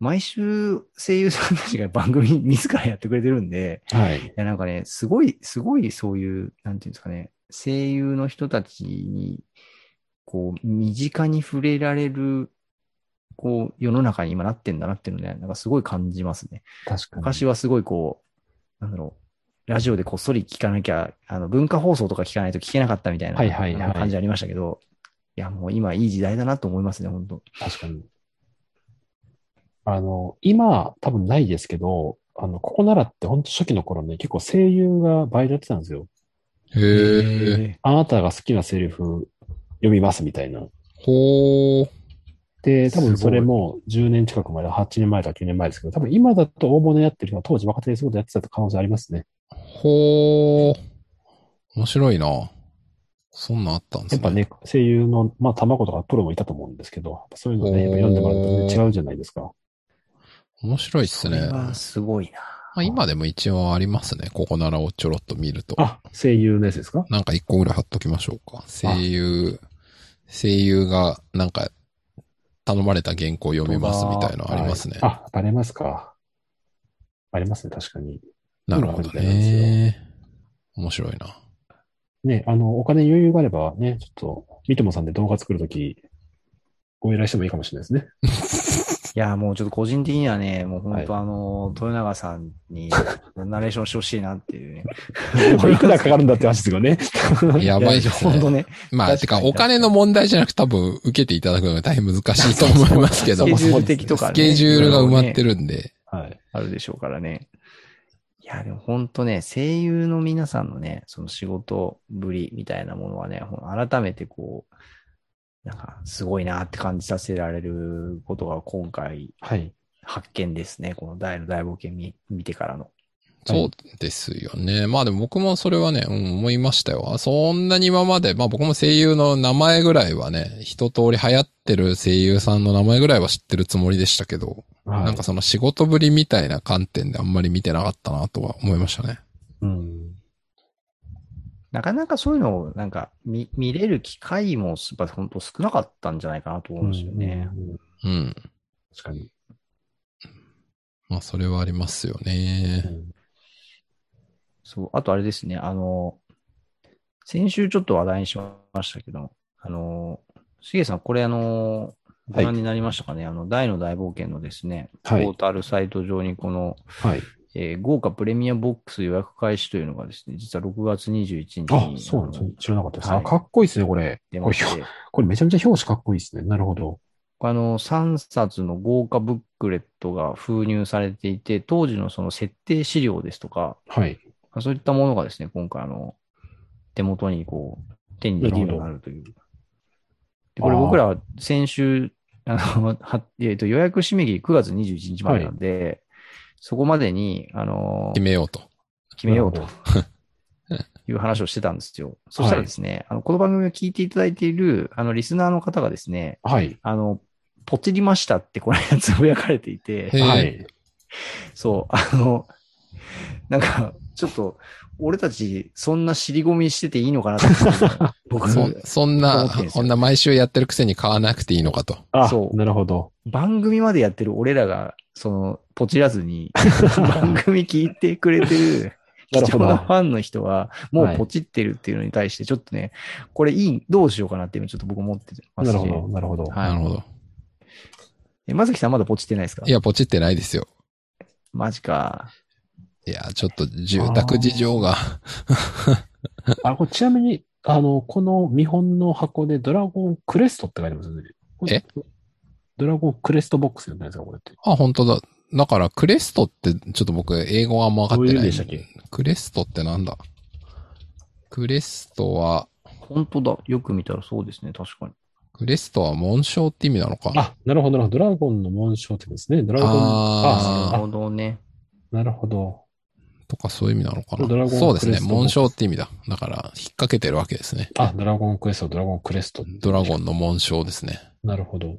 毎週声優さんたちが番組自らやってくれてるんで、 はい。 いやなんかね、すごい、すごいそういう、なんていうんですかね、声優の人たちに、こう、身近に触れられる、こう、世の中に今なってんだなっていうのね、なんかすごい感じますね。 確かに。 昔はすごいこう、なんだろう、ラジオでこっそり聞かなきゃ、あの、文化放送とか聞かないと聞けなかったみたいな、 はいはいはい、 感じありましたけど、いや、もう今いい時代だなと思いますね、本当。 確かに。あの、今、多分ないですけど、あの、ここならって本当初期の頃ね、結構声優が倍でやってたんですよ。 へえ。 あなたが好きなセリフ読みますみたいな。 ほー。 で、多分それもじゅうねん近く前だ、はちねんまえかきゅうねんまえですけど、多分今だと大物やってる人は当時若手でそういうことやってた可能性ありますね。 ほー。面白いな。そんなんあったんですね。 やっぱね、声優の、まあ、卵とかプロもいたと思うんですけど、そういうのね、やっぱ読んでもらうと全然違うじゃないですか。 面白いっすね。 それはすごいな。 まあ、今でも一応ありますね。ここならをちょろっと見ると。 あ、声優のやつですか？ なんか一個ぐらい貼っときましょうか。声優、声優がなんか頼まれた原稿を読みますみたいなのありますね。 はい、あ、ありますか。ありますね、確かに。 なるほどね。面白いな。 ね、あの、お金余裕があればね、ちょっと、ミトモさんで動画作るとき、ご依頼してもいいかもしれないですね。 いや、もうちょっと個人的にはね、もう本当、はい、あの、豊永さんにナレーションしてほしいなっていうね。 いくらかかるんだって話ですよね。 やばいですね。 本当ね。 まあ、てか、お金の問題じゃなく多分受けていただくのが大変難しいと思いますけど。 スケジュール的とかね。 スケジュールが埋まってるんで。 はい。あるでしょうからね。いや、でも本当ね、声優の皆さんのね、その仕事ぶりみたいなものはね、改めてこう、なんか、すごいなって感じさせられることが今回、はい、発見ですね。この大の大冒険見、見てからの。 そうですよね。まあでも僕もそれはね、うん、思いましたよ。そんなに今まで、まあ僕も声優の名前ぐらいはね、一通り流行ってる声優さんの名前ぐらいは知ってるつもりでしたけど、はい、なんかその仕事ぶりみたいな観点であんまり見てなかったなとは思いましたね。 うん。 なかなかそういうのをなんか見、見れる機会もやっぱ本当少なかったんじゃないかなと思うんですよね。 うん。うん、 確かに。 まあそれはありますよね、うん。 そう。あとあれですね。あの、先週ちょっと話題にしましたけど、あの、しげさん、これあの、ご覧になりましたかね、はい、あの、大の大冒険のですね、はい、ポータルサイト上にこの、はいえー、豪華プレミアボックス予約開始というのがですね、実はろくがつにじゅういちにちに。 あ、そうなんですね。知らなかったです。はい、あ、かっこいいですね、これ。これ、これめちゃめちゃ表紙かっこいいですね。なるほど。 あの、さんさつの豪華ブックレットが封入されていて、当時のその設定資料ですとか、 はい。 そういったものがですね、今回あの、手元にこう、手にできるようになるという。でこれ僕らは先週、あの、はえっと、予約締め切りくがつにじゅういちにちまでなんで、はい、そこまでに、あのー、 決めようと。 決めようと。いう話をしてたんですよ。そしたらですね、はい、あの、この番組を聞いていただいている、あの、リスナーの方がですね、 はい。 あの、ポチりましたってこの間つぶやかれていて、 はい。 そう、あの、なんか、ちょっと、俺たち、そんな尻込みしてていいのかなって僕そ、そんな、こんな毎週やってるくせに買わなくていいのかと。 あ、そう。なるほど。 番組までやってる俺らが、その、ポチらずに、番組聞いてくれてる、貴重なファンの人は、もうポチってるっていうのに対して、ちょっとね、これいい、どうしようかなっていうのをちょっと僕思ってますし。 なるほど、なるほど。 はい、なるほど。 え、まさきさんまだポチってないですか？ いや、ポチってないですよ。 マジか。 いや、ちょっと住宅事情が。 あ、これちなみに、あの、この見本の箱でドラゴンクレストって書いてますよね。 えドラゴンクレストボックスじゃないですか、これって。 あ、本当だ。だから、クレストって、ちょっと僕、英語はあんま分かってない。 どういう意味でしたっけ？ クレストってなんだ？クレストは、 本当だ。よく見たらそうですね、確かに。 クレストは紋章って意味なのか。 あ、なるほど、なるほど。ドラゴンの紋章ってですね。ドラゴン。 ああ、なるほどね。 なるほど。 とかそういう意味なのかな。そうですね。紋章って意味だ。だから、引っ掛けてるわけですね。 あ、ドラゴンクエスト、ドラゴンクレスト。 ドラゴンの紋章ですね。 なるほど。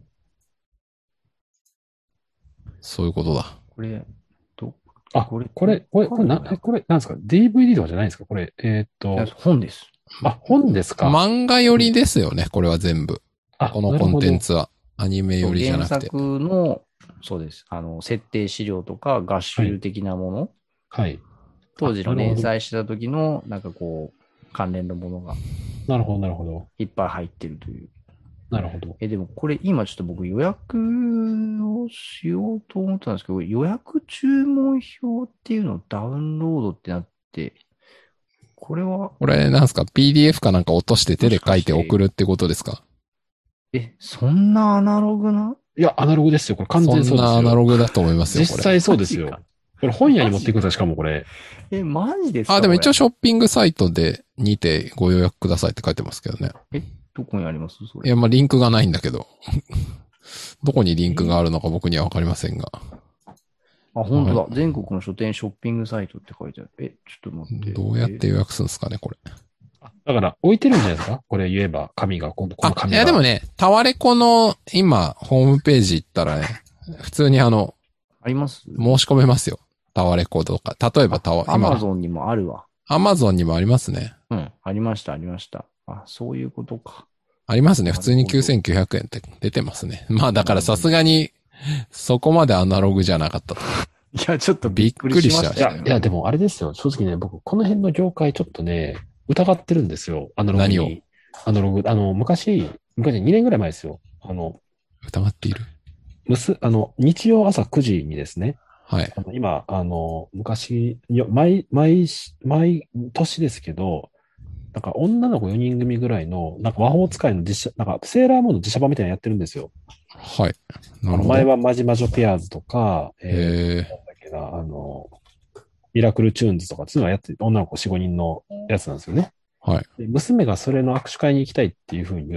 そういうことだ。 これ、ど、 あ、これ、これ、これ、これ、な、これ、なんですか ?ディーブイディー とかじゃないですかこれ、えー、っと。 本です。 あ、本ですか？ 漫画寄りですよね、これは全部。このコンテンツは。アニメ寄りじゃなくて。 原作のそうです。あの、設定資料とか学習的なもの。 はい。はい、 当時の連載してた時の、なんかこう、関連のものが。 なるほど、なるほど。 いっぱい入ってるという。 なるほど。 え、でもこれ今ちょっと僕予約をしようと思ったんですけど、予約注文表っていうのをダウンロードってなって、これはこれなんすか ピーディーエフ かなんか落として手で書いて送るってことですか？ え、そんなアナログな？ いや、アナログですよ。これ完全にそうですよ。 そんなアナログだと思いますよ、これ。 実際そうですよ。これ本屋に持っていくんですか、しかもこれ。 え、マジですか？ あ、でも一応ショッピングサイトでにてご予約くださいって書いてますけどね。 え、どこにありますそれ？ いや、まあ、リンクがないんだけど。どこにリンクがあるのか僕にはわかりませんが。 あ、本当だ、はい。全国の書店ショッピングサイトって書いてある。え、ちょっと待って。 どうやって予約するんですかね、これ。 だから置いてるんじゃないですか？これ言えば、紙が、今度この紙が。 あ、いやでもね、タワレコの今、ホームページ行ったらね、普通にあの、 あります？ 申し込めますよ。タワレコとか。例えばタワ、 今。アマゾンにもあるわ。 アマゾンにもありますね。 うん、ありました、ありました。あ、そういうことか。 ありますね。普通にきゅうせんきゅうひゃくえんって出てますね。まあだからさすがに、そこまでアナログじゃなかったと。 いや、ちょっとびっくりしました。 いや、いや、でもあれですよ。正直ね、僕、この辺の業界ちょっとね、疑ってるんですよ。アナログに。何を？アナログ。あの、昔、昔にねんぐらい前ですよ。あの、 疑っている？ むす、あの、日曜朝くじにですね。 はい。 あの今、あの、昔、毎、毎、毎年ですけど、なんか女の子よにん組ぐらいの、なんか魔法使いの実写、なんかセーラームーンの実写版みたいなのやってるんですよ。 はい。 なるほど。前はマジマジョペアーズとか、 えー、なんだっけな、あの、ミラクルチューンズとかっていうのはやって、女の子よん、ごにんのやつなんですよね。 はい。 で娘がそれの握手会に行きたいっていうふうに言って、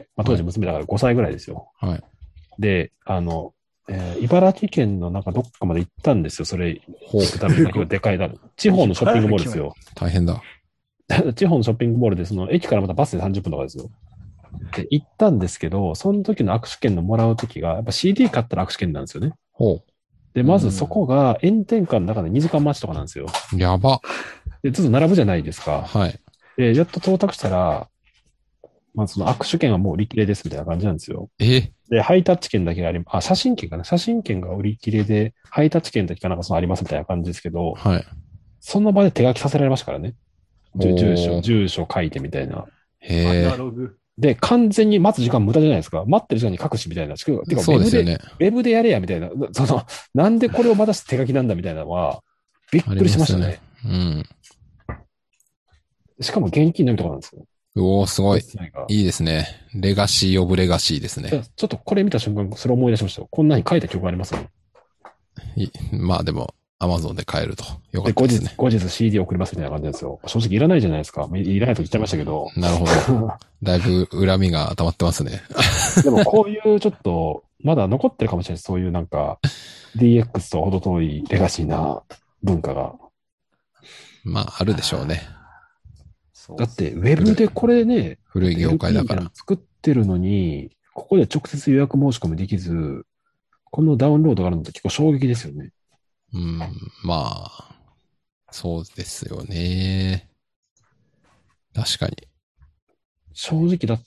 まあ当時娘だからごさいぐらいですよ。 はい。 で、あの、えー、茨城県のなんかどっかまで行ったんですよ。それ行くためにでかいだ。地方のショッピングモールですよ。 大変だ。 地方のショッピングモールで、その駅からまたバスでさんじゅっぷんとかですよ。で、行ったんですけど、その時の握手券のもらう時が、やっぱ シーディー 買ったら握手券なんですよね。 ほう。 で、まずそこが炎天下の中でにじかん待ちとかなんですよ。 やば。 で、ずっと並ぶじゃないですか。 はい。 で、やっと到達したら、まあその握手券はもう売り切れですみたいな感じなんですよ。 えで、ハイタッチ券だけがあり、あ、写真券かな写真券が売り切れで、ハイタッチ券だけかなんかそのありますみたいな感じですけど、 はい。 その場で手書きさせられましたからね。住所、住所書いてみたいな。 へえ。 アナログ。 で、完全に待つ時間無駄じゃないですか。待ってる時間に書くしみたいな。てかそうですよね。 ウェブでやれやみたいな。その、なんでこれをまだ手書きなんだみたいなのは、びっくりしましたね。 ね、うん。 しかも現金のみとかなんですよ。 おー、すごい。いいですね。レガシーオブレガシーですね。 ちょっとこれ見た瞬間、それ思い出しましたよ。こんなに書いた記憶ありますもん。 まあでも、アマゾンで買えると。よかったですね。 後日、後日 シーディー 送りますみたいな感じなんですよ。正直いらないじゃないですか。いらないと言っちゃいましたけど。 なるほど。だいぶ恨みが溜まってますね。 でもこういうちょっと、まだ残ってるかもしれないです。そういうなんか、ディーエックス と程遠いレガシーな文化が。 まあ、あるでしょうね。 だって、ウェブでこれね、 古い業界だから。 作ってるのに、ここで直接予約申し込みできず、このダウンロードがあるのって結構衝撃ですよね。 うん、まあ、そうですよね。確かに。 正直だって、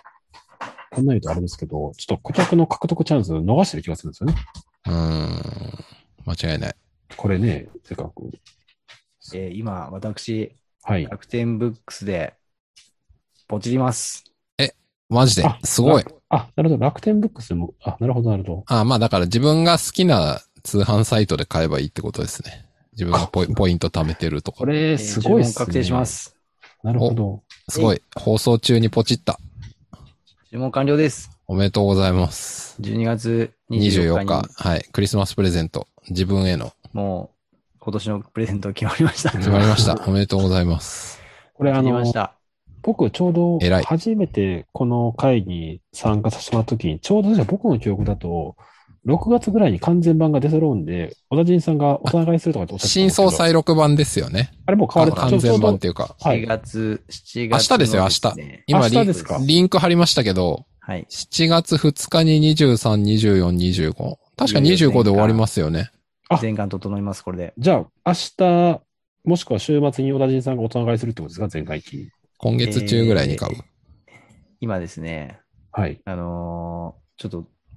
こんなに言うとあれですけど、ちょっと顧客の獲得チャンスを逃してる気がするんですよね。 うーん、間違いない。 これね、せっかく。 えー、今、私、 はい。 楽天ブックスで、ポチります。 え、マジですごい。 あ、なるほど。楽天ブックスも、あ、なるほど、なるほど。 あ、まあだから自分が好きな通販サイトで買えばいいってことですね。自分がポイ、ポイント貯めてるとか。 これ、すごいっすね。 注文確定します。 なるほど。 すごい。放送中にポチった。 注文完了です。 おめでとうございます。 じゅうにがつににじゅうじゅうよっか。 にじゅうよっか。はい。クリスマスプレゼント。自分への。 もう、今年のプレゼント決まりました。 決まりました。おめでとうございます。 これあの、 ま僕ちょうど初めてこの会に参加させてもらった時に、ちょうど僕の記憶だと、ろくがつぐらいに完全版が出揃うんで、小田陣さんがおさがいするとかっておっしゃってた新総再録版ですよね。 あれもう変わる完全版っていうか。 しちがつ、しちがつ、 明日ですよ、明日。今リンク、リンク貼りましたけど、 はい、 しちがつふつかににじゅうさん、にじゅうよん、にじゅうご。確かにじゅうごで終わりますよね。 全巻整います、これで。 じゃあ、明日、もしくは週末に小田陣さんがおさがいするってことですか、全回期。 今月中ぐらいに買う。 えー、今ですね。 はい。 あのー、ちょっと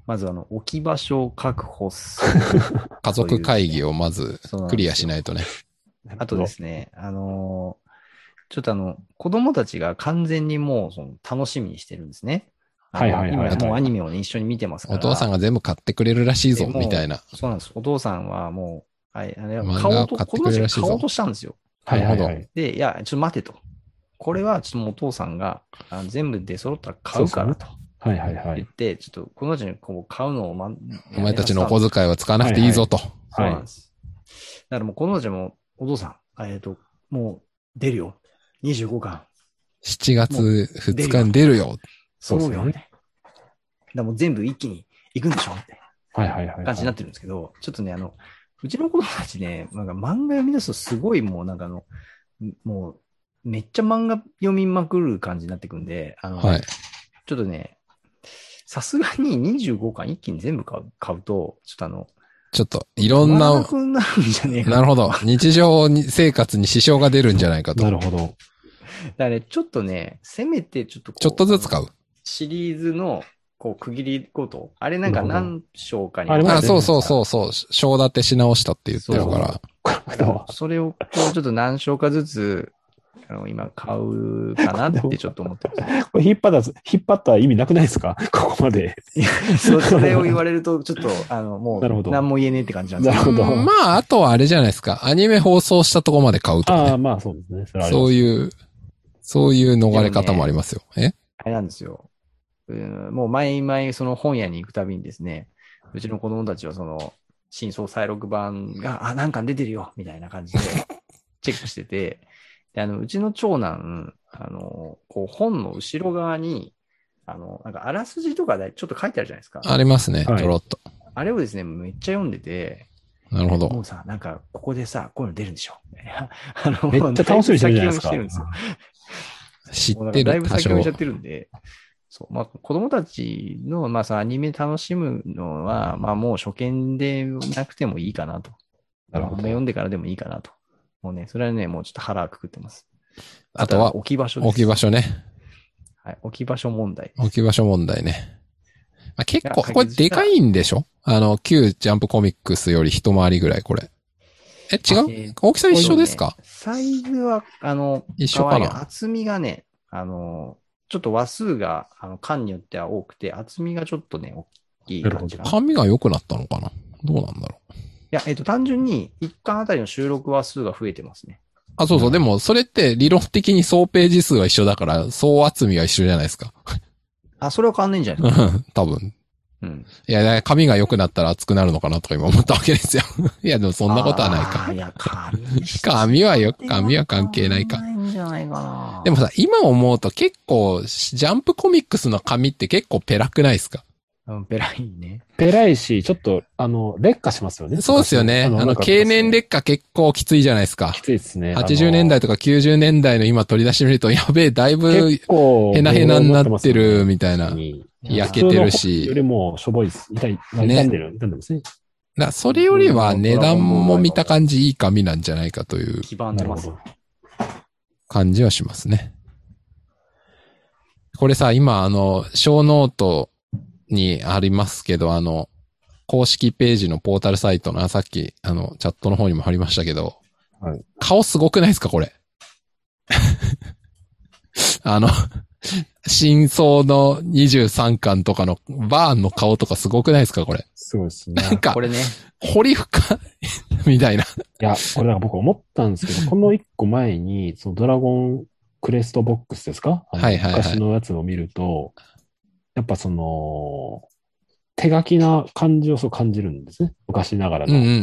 まずあの、置き場所を確保する。 家族会議をまずクリアしないとね。 あとですね、あのー、ちょっとあの、子供たちが完全にもうその楽しみにしてるんですね。 はいはいはい。 今もうアニメをね、一緒に見てますから。 お父さんが全部買ってくれるらしいぞ、みたいな。 そうなんです。お父さんはもう、はい、あれ、 買おうと、 子供たちが買おうとしたんですよ。 はいはいはい。 で、いや、ちょっと待てと。これはちょっともうお父さんがあ全部出揃ったら買うからと。 はいはいはい。 言って、ちょっと子供たちにこう買うのを、ま、 お前たちのお小遣いは使わなくていいぞと。 そうなんです。だからもう子供たちも、お父さん、えっと、もう出るよ。にじゅうごかん。 しちがつふつかに出るよ。 そうですよね。だからもう全部一気に行くんでしょって。 はいはいはい。 感じになってるんですけど、ちょっとね、あの、うちの子供たちね、なんか漫画読み出すとすごいもうなんかあの、もう、めっちゃ漫画読みまくる感じになってくんで、あの、 はい、 ちょっとね、さすがににじゅうごかん一気に全部買う、買うと、ちょっとあの、 ちょっと、いろんな、 なくなるんじゃねえかなるほど。日常生活に支障が出るんじゃないかと。 なるほど。だからね、ちょっとね、せめてちょっとちょっとずつ買う。 シリーズの、こう、区切りごと。あれなんか何章かに。 あ、そうそうそうそう。章立てし直したって言ってるから。 そうそれを、こう、ちょっと何章かずつ、あの、今買うかなってちょっと思ってます。 これ引っ張った、引っ張った意味なくないですかここまで。 そ, それを言われると、ちょっと、あの、もう、何も言えねえって感じなんですけど。なるほど。 まあ、あとはあれじゃないですか。アニメ放送したとこまで買うとか、ね。 ああ、まあそうですね。そ, そういう、そういう逃れ方もありますよ。 ね、えあれなんですよ。もう毎々その本屋に行くたびにですね、うちの子供たちはその、新装再録版が、あ、なんか出てるよみたいな感じで、チェックしてて、で、あの、うちの長男、あの、こう本の後ろ側に、あの、なんかあらすじとかでちょっと書いてあるじゃないですか。 ありますね、ちょろっと。 あれをですね、めっちゃ読んでて、 なるほど。 もうさ、なんか、ここでさ、こういうの出るんでしょみたいな。あの、 めっちゃ楽しみにしてるじゃないですか。 知ってる。 だいぶ先読みしちゃってるんで、そう、まあ、子供たちの、まあ、さ、アニメ楽しむのは、まあ、もう初見でなくてもいいかなと。なるほど。読んでからでもいいかなと。もうね、それはね、もうちょっと腹くくってます。 あとは、 置き場所です。 置き場所ね。 はい、置き場所問題。 置き場所問題ね。まあ、結構、これでかいんでしょ？あの、旧ジャンプコミックスより一回りぐらい、これ。え、違う、えー、大きさ一緒ですか？ ね、サイズは、あの、 一緒かな？ 厚みがね、あの、ちょっと話数が、あの、巻によっては多くて、厚みがちょっとね、大きい感じかな。 紙が良くなったのかな？どうなんだろう。 いや、えっと、単純に一巻あたりの収録話数が増えてますね。 あ、そうそう。うん、でも、それって理論的に総ページ数は一緒だから、総厚みは一緒じゃないですか。 あ、それは変わんないんじゃないですか。 多分。 うん。 いや、紙が良くなったら厚くなるのかなとか今思ったわけですよ。いや、でもそんなことはないか。 あいや、紙。 紙はよ、紙は関係ないか。 ないんじゃないかな。 でもさ、今思うと結構、ジャンプコミックスの紙って結構ペラくないですか？ うん、ペラいね。 ペラいし、ちょっと、あの、劣化しますよね。 そうですよね。あの、あの経年劣化結構きついじゃないですか。 きついですね。 はちじゅうねんだいとかきゅうじゅうねんだいの今取り出してみると、やべえ、だいぶ、ヘナヘナになってる、みたいな。焼けてるし。 よりもしょぼいです。痛い、傷んでる、傷んでますね。 だそれよりは値段も見た感じいい紙なんじゃないかという基盤でます感じはしますね。これさ、今あの、小ノートにありますけど、あの、公式ページのポータルサイトの、さっきあの、チャットの方にも貼りましたけど、はい、顔すごくないですかこれ。あの、真相のにじゅうさんかんとかのバーンの顔とかすごくないですかこれ。 すごいですね。 なんか、 これね。 掘り深いみたいな。いや、これなんか僕思ったんですけど、この一個前に、そのドラゴンクレストボックスですか？ はいはいはい。 昔のやつを見ると、やっぱその、手書きな感じをそう感じるんですね。昔ながらの。 うんうんうんうん、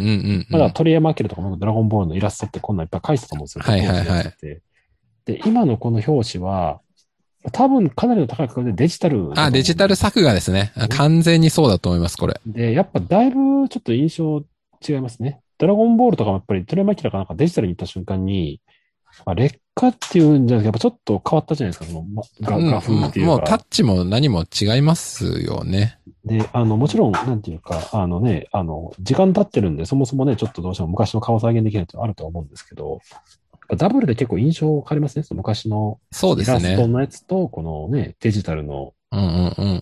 まだ鳥山明とかもドラゴンボールのイラストってこんなんいっぱい描いてたと思うんですよ。 はいはいはい。 で、今のこの表紙は、多分かなりの高い確率でデジタル。 あ、デジタル作画ですね。完全にそうだと思います、これ。 で、やっぱだいぶちょっと印象違いますね。ドラゴンボールとかもやっぱり鳥山明がなんかデジタルに行った瞬間に、まあ、劣化っていうんじゃなくて、やっぱちょっと変わったじゃないですか、その、ま、画、画風っていうか、 うん。もうタッチも何も違いますよね。 で、あの、もちろん、なんていうか、あのね、あの、時間経ってるんで、そもそもね、ちょっとどうしても昔の顔再現できないってあるとは思うんですけど、ダブルで結構印象変わりますね、その昔のイラストのやつと、このね、デジタルの。 うんうんうん。 ど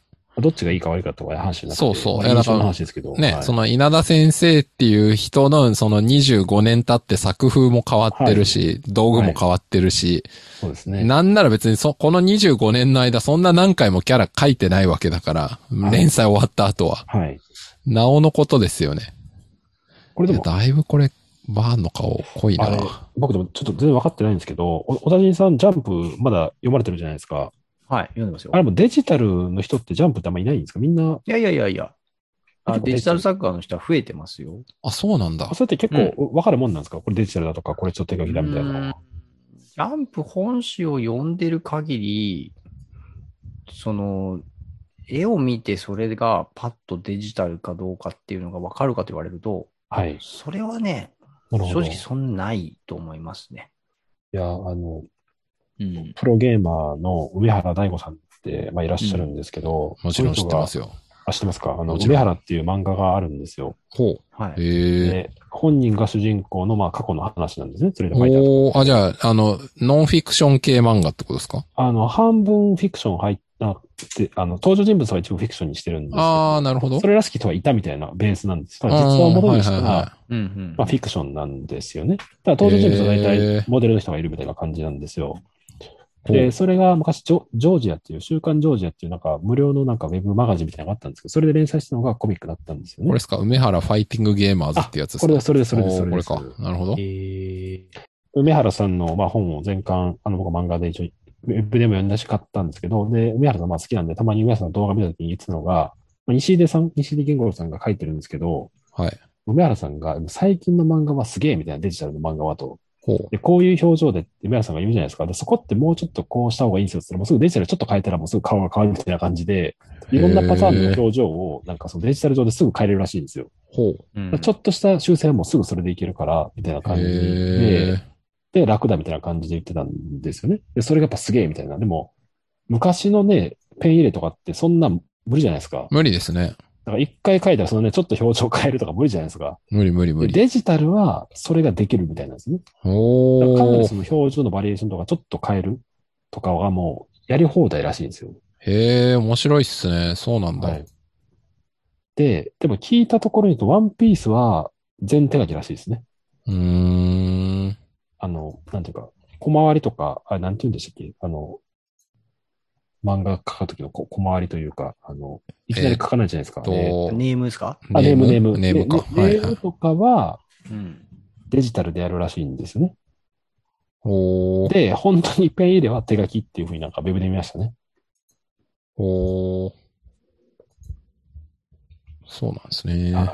どっちがいいか悪いかとかいう話になって。 そうそう。 まあ、印象の話ですけど。 ね、 はい、 その稲田先生っていう人のそのにじゅうごねん経って作風も変わってるし、はい、道具も変わってるし、はい、 そうですね。 なんなら別にそ、このにじゅうごねんの間そんな何回もキャラ書いてないわけだから、はい、連載終わった後は。 はい。 なおのことですよね。 これでも。 だいぶこれ、バーンの顔濃いな。 僕でもちょっと全然分かってないんですけど、小田人さんジャンプまだ読まれてるじゃないですか。 はい、読んでますよ。 あれもデジタルの人ってジャンプってあんまいないんですかみんな。 いやいやいやいや。あデジタル作家の人は増えてますよ。 あ、そうなんだ。 それって結構分かるもんなんですか、うん、これデジタルだとか、これちょっと手書きだみたいな。 ジャンプ本誌を読んでる限り、その、絵を見てそれがパッとデジタルかどうかっていうのが分かるかと言われると、 はい。 それはね、正直そんなないと思いますね。 いや、あの、 うん、 プロゲーマーの梅原大吾さんって、まあ、いらっしゃるんですけど、 うん、もちろん知ってますよ。 あ、知ってますかあの、梅原っていう漫画があるんですよ。 ほう。 はい。 で、本人が主人公の、まあ、過去の話なんですね。それで書いてある。 おー、あ、じゃあ、あの、ノンフィクション系漫画ってことですか？ あの、半分フィクション入って、あの、登場人物は一部フィクションにしてるんですけど。 ああ、なるほど。 それらしき人はいたみたいなベースなんです。ただ実は元にしたら、まあ、フィクションなんですよね。ただ登場人物は大体モデルの人がいるみたいな感じなんですよ。で、それが昔ジョ、ジョージアっていう、週刊ジョージアっていうなんか無料のなんかウェブマガジンみたいなのがあったんですけど、それで連載したのがコミックだったんですよね。 これですか？梅原ファイティングゲーマーズってやつですか？ これです、それです、それです。 これか。なるほど。 えー、梅原さんの、まあ、本を全巻、あの僕は漫画で一応、ウェブでも読んだし買ったんですけど、で、梅原さんまあ好きなんで、たまに梅原さんの動画見たときに言ってたのが、まあ、西出さん、西出健吾さんが書いてるんですけど、 はい。 梅原さんが最近の漫画はすげえみたいな、デジタルの漫画はと。 ほう。 で、こういう表情で梅原さんが言うじゃないですか。で、そこってもうちょっとこうした方がいいんですよって言ったら、もうすぐデジタルちょっと変えたらもうすぐ顔が変わるみたいな感じで、いろんなパターンの表情をなんかそのデジタル上ですぐ変えれるらしいんですよ。 ほう。 うん、 ちょっとした修正はもうすぐそれでいけるから、みたいな感じで、で、楽だみたいな感じで言ってたんですよね。で、それがやっぱすげえみたいな。でも、昔のね、ペン入れとかってそんな無理じゃないですか。 無理ですね。 だから一回書いたらそのね、ちょっと表情変えるとか無理じゃないですか。 無理無理無理。 デジタルはそれができるみたいなんですね。 おー。 かなりその表情のバリエーションとかちょっと変えるとかはもうやり放題らしいんですよ。 へえ、面白いっすね。そうなんだ。はい、 で、でも聞いたところに言うと、ワンピースは全手書きらしいですね。 うーん。 あの、なんていうか、小回りとか、あれなんて言うんでしたっけあの、漫画書くときの小回りというか、あの、いきなり書かないじゃないですか。 えー、ネームですか？ あ、ネーム、ネーム。 ネームか。 ネームとかは、デジタルでやるらしいんですよね。 おー。 で、本当にペン入れは手書きっていうふうになんかウェブで見ましたね。 おー。そうなんですね。 はい。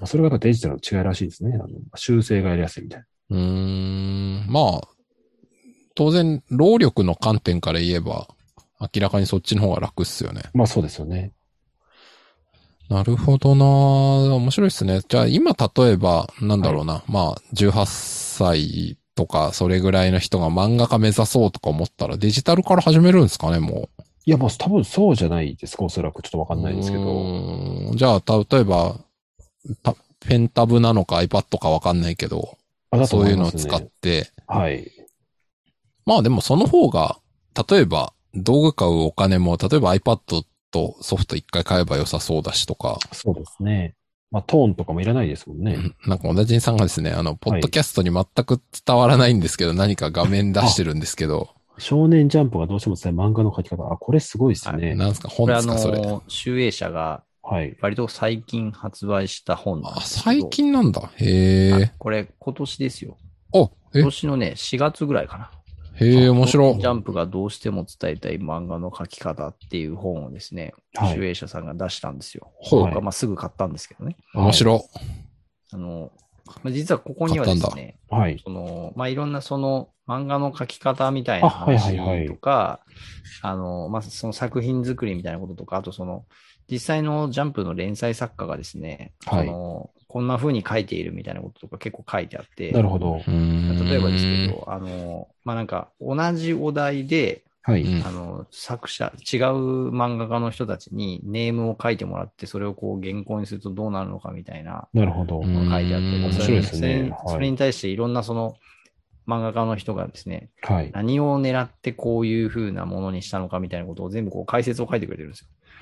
それがやっぱデジタルの違いらしいですね。あの修正がやりやすいみたいな。 うーん。まあ、当然、労力の観点から言えば、明らかにそっちの方が楽っすよね。 まあそうですよね。 なるほどなぁ。面白いっすね。じゃあ今例えば、なんだろうな。はい、まあ、じゅうはっさいとか、それぐらいの人が漫画家目指そうとか思ったらデジタルから始めるんですかね、もう。 いや、もう多分そうじゃないですか、おそらく。ちょっとわかんないですけど。 うん。じゃあ、例えば、ペンタブなのか iPad かわかんないけど、ね、そういうのを使って。 はい。 まあでもその方が、例えば道具買うお金も、例えば iPad とソフト一回買えば良さそうだしとか。 そうですね。まあトーンとかもいらないですもんね。 うん、なんか小田人さんがですね、あの、ポッドキャストに全く伝わらないんですけど、はい、何か画面出してるんですけど。 少年ジャンプがどうしても伝え漫画の書き方。あ、これすごいですね。はい、 なんですか、本ですか、それ。 あの、集英社が、割と最近発売した本なんですけど。 あ、最近なんだ。へえ。 これ今年ですよ。 あ、え今年のね、しがつぐらいかな。 へえ、面白い。 ジャンプがどうしても伝えたい漫画の書き方っていう本をですね、集英社さんが出したんですよ。 ほう。 まあ、すぐ買ったんですけどね。 面白い。 あの、実はここにはですね、 はい。 その、まあ、いろんなその漫画の書き方みたいな話とか、あの、まあ、その作品作りみたいなこととか、あとその、実際のジャンプの連載作家がですね、はい、そのこんな風に書いているみたいなこととか結構書いてあって、 なるほど。 例えばですけど、あの、まあ、なんか同じお題で、 はい、 あの作者、違う漫画家の人たちにネームを書いてもらって、それをこう原稿にするとどうなるのかみたいな、 なるほど。 書いてあって、 面白いですね。 それに対していろんなその漫画家の人がですね、 はい、 何を狙ってこういう風なものにしたのかみたいなことを全部こう解説を書いてくれてるんですよ。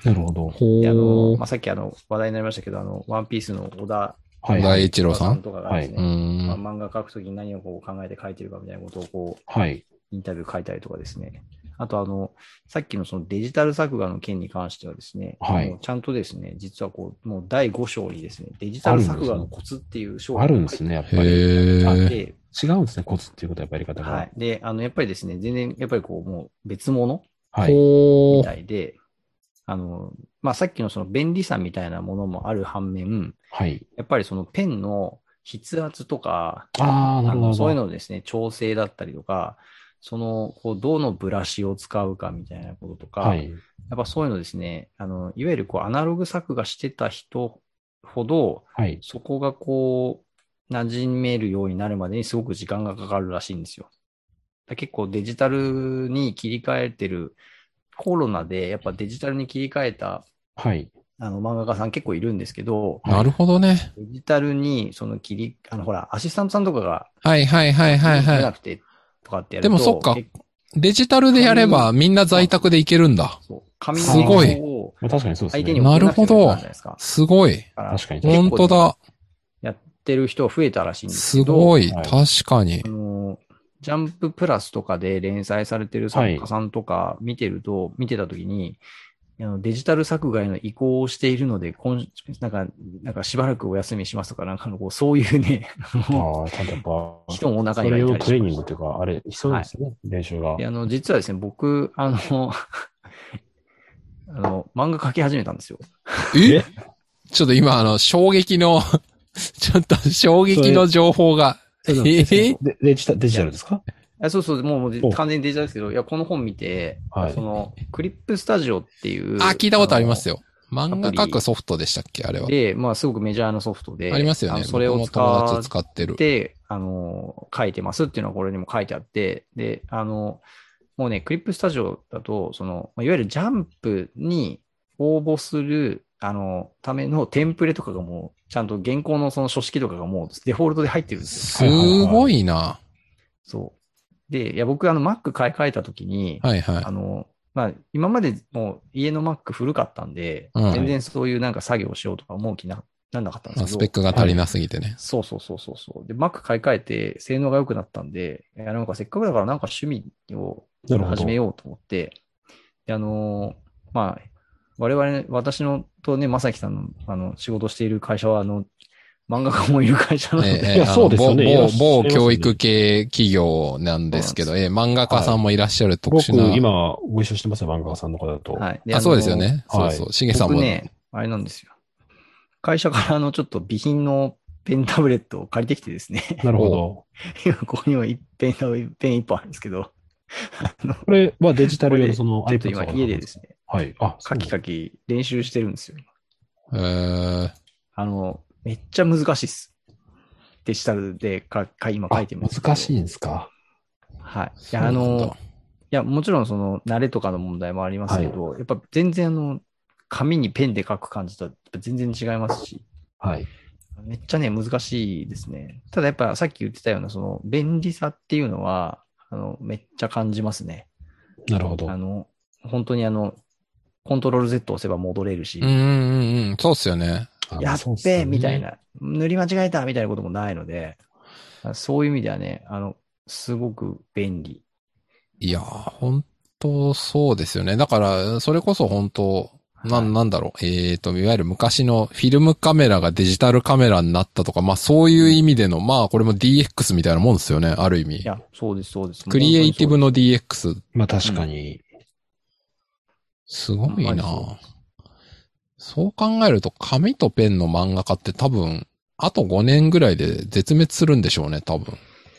なるほど。 で、あの、 ほまあ、さっきあの、話題になりましたけど、あの、ワンピースの小田はい。 大一郎ささんんとかがですね、 うーまあ、 ん。 漫画描くときに何をこう考えて描いてるかみたいなことをこう、 はい。 インタビュー書いたりとかですね。あとあの、さっきのそのデジタル作画の件に関してはですね、 はいもうちゃんとですね、実はこう、もうだいご章にですね、デジタル作画のコツっていう章があるんですね、やっぱり。 へー。 あって、 違うんですね、コツっていうことはやっぱりやり方が。 はい。で、あの、やっぱりですね、全然、やっぱりこう、もう別物はい。 みほー。 たいで、あの、まあ、さっきのその便利さみたいなものもある反面、 はい。 やっぱりそのペンの筆圧とか、 ああ、なるほど。 あのそういうのをですね、調整だったりとか、その、こう、どのブラシを使うかみたいなこととか、 はい。 やっぱそういうのですね、あの、いわゆるこう、アナログ作画してた人ほど、 はい。 そこがこう、馴染めるようになるまでにすごく時間がかかるらしいんですよ。だ結構デジタルに切り替えてる、コロナでやっぱデジタルに切り替えた、 はい。 あの、漫画家さん結構いるんですけど、 なるほどね。 デジタルにその切り、あの、ほら、アシスタントさんとかが、 はいはいはいはい出はなくてとかってやい。 ると、 でもそっか結構。 デジタルでやればみんな在宅でいけるんだ。 そう紙すごいのをまあ、確かにそうですね。 相手に送らなくてもいいじゃないですか。 すごい。 だから確かに。 本当だ。 やってる人増えたらしいんですけど。 すごい。 はい確かにあ。の、ジャンププラスとかで連載されてる作家さんとか見てると、見てたときに、あのデジタル作画への移行をしているので、今なんか、なんかしばらくお休みしますとか、なんかのこうそういうね、 ああ、ちゃんとやっぱ、 人も中そにはいたりします。 れをトレーニングっていうか、あれ、必要ですね、練習がで、。あの、実はですね、僕、あの、あの、漫画描き始めたんですよ。 えちょっと今あの、衝撃の、ちょっと衝撃の情報が。えーでデジタデジタルですか？ あそうそう、もうもうお完全にデジタルですけど、いや、この本見て、 はいその、クリップスタジオっていう。 あ、聞いたことありますよ。 よ。漫画描くソフトでしたっけあれは。 で、まあ、すごくメジャーなソフトで。 ありますよね。 あのそれを使僕も友達っ使ってる。 て、あの、書いてますっていうのはこれにも書いてあって、で、あの、もうね、クリップスタジオだと、その、いわゆるジャンプに応募する、あの、ためのテンプレとかがもう、ちゃんと原稿のその書式とかがもうデフォルトで入ってるんですよ。 すごいな。 そう。で、いや、僕、あの、Mac 買い替えたときに、 はいはいあ。の、まあ、今までもう家の Mac 古かったんで、 うん全然そういうなんか作業をしようとか思う気な、なんなかったんですけど。 まあスペックが足りなすぎてね。 そうそうそうそうそう。で、Mac 買い替えて性能が良くなったんで、いや、なんかせっかくだからなんか趣味をなるほど始めようと思って、であのーまあ、我々、私のとね、まさきさんの、あの、仕事している会社は、あの、漫画家もいる会社なので、 ええいやそうですよねいらっ某しゃいますよね某教育系企業なんですけど、ええ、漫画家さんもいらっしゃる特僕、 殊な。 今、ご一緒してますよ、漫画家さんの方だと。 はい。 あ、そうですよね。 はいそうそう。しげさんも。 僕ね、あれなんですよ。会社からあの、ちょっと備品のペンタブレットを借りてきてですね。 なるほど。 今、ここには一ペン、ペン一本あるんですけど、あの、 これはデジタル用のそのちょっと iPad 今とか家でですね、 はい。あ、 カキカキ練習してるんですよ。 えー、 あの、めっちゃ難しいっす。デジタルでか、か、今書いてますけど。 難しいんですか。 はい。いや、あそうなんだの、いや、もちろんその、慣れとかの問題もありますけど、やっぱ全然あの、紙にペンで書く感じとは全然違いますし、 はい。 めっちゃね、難しいですね。ただやっぱさっき言ってたような、その、便利さっていうのは、あの、めっちゃ感じますね。 なるほどあ。の、本当にあの、コントロール Z を押せば戻れるし、 うんうんうん。そうっすよね。 やっべえみたい。な、塗り間違えたみたいなこともないので、そういう意味ではね、あの、すごく便利。 いやー、本当そうですよね。だから、それこそ本当な、 はいなんだろう。えーと、いわゆる昔のフィルムカメラがデジタルカメラになったとか、まあそういう意味での、まあこれも ディーエックス みたいなもんですよね、ある意味い。や、そうです、そうです。 クリエイティブの ディーエックス。 まあ確かに。 すごいなほんまにそそう考えると、紙とペンの漫画家って多分、あとごねんぐらいで絶滅するんでしょうね、多分。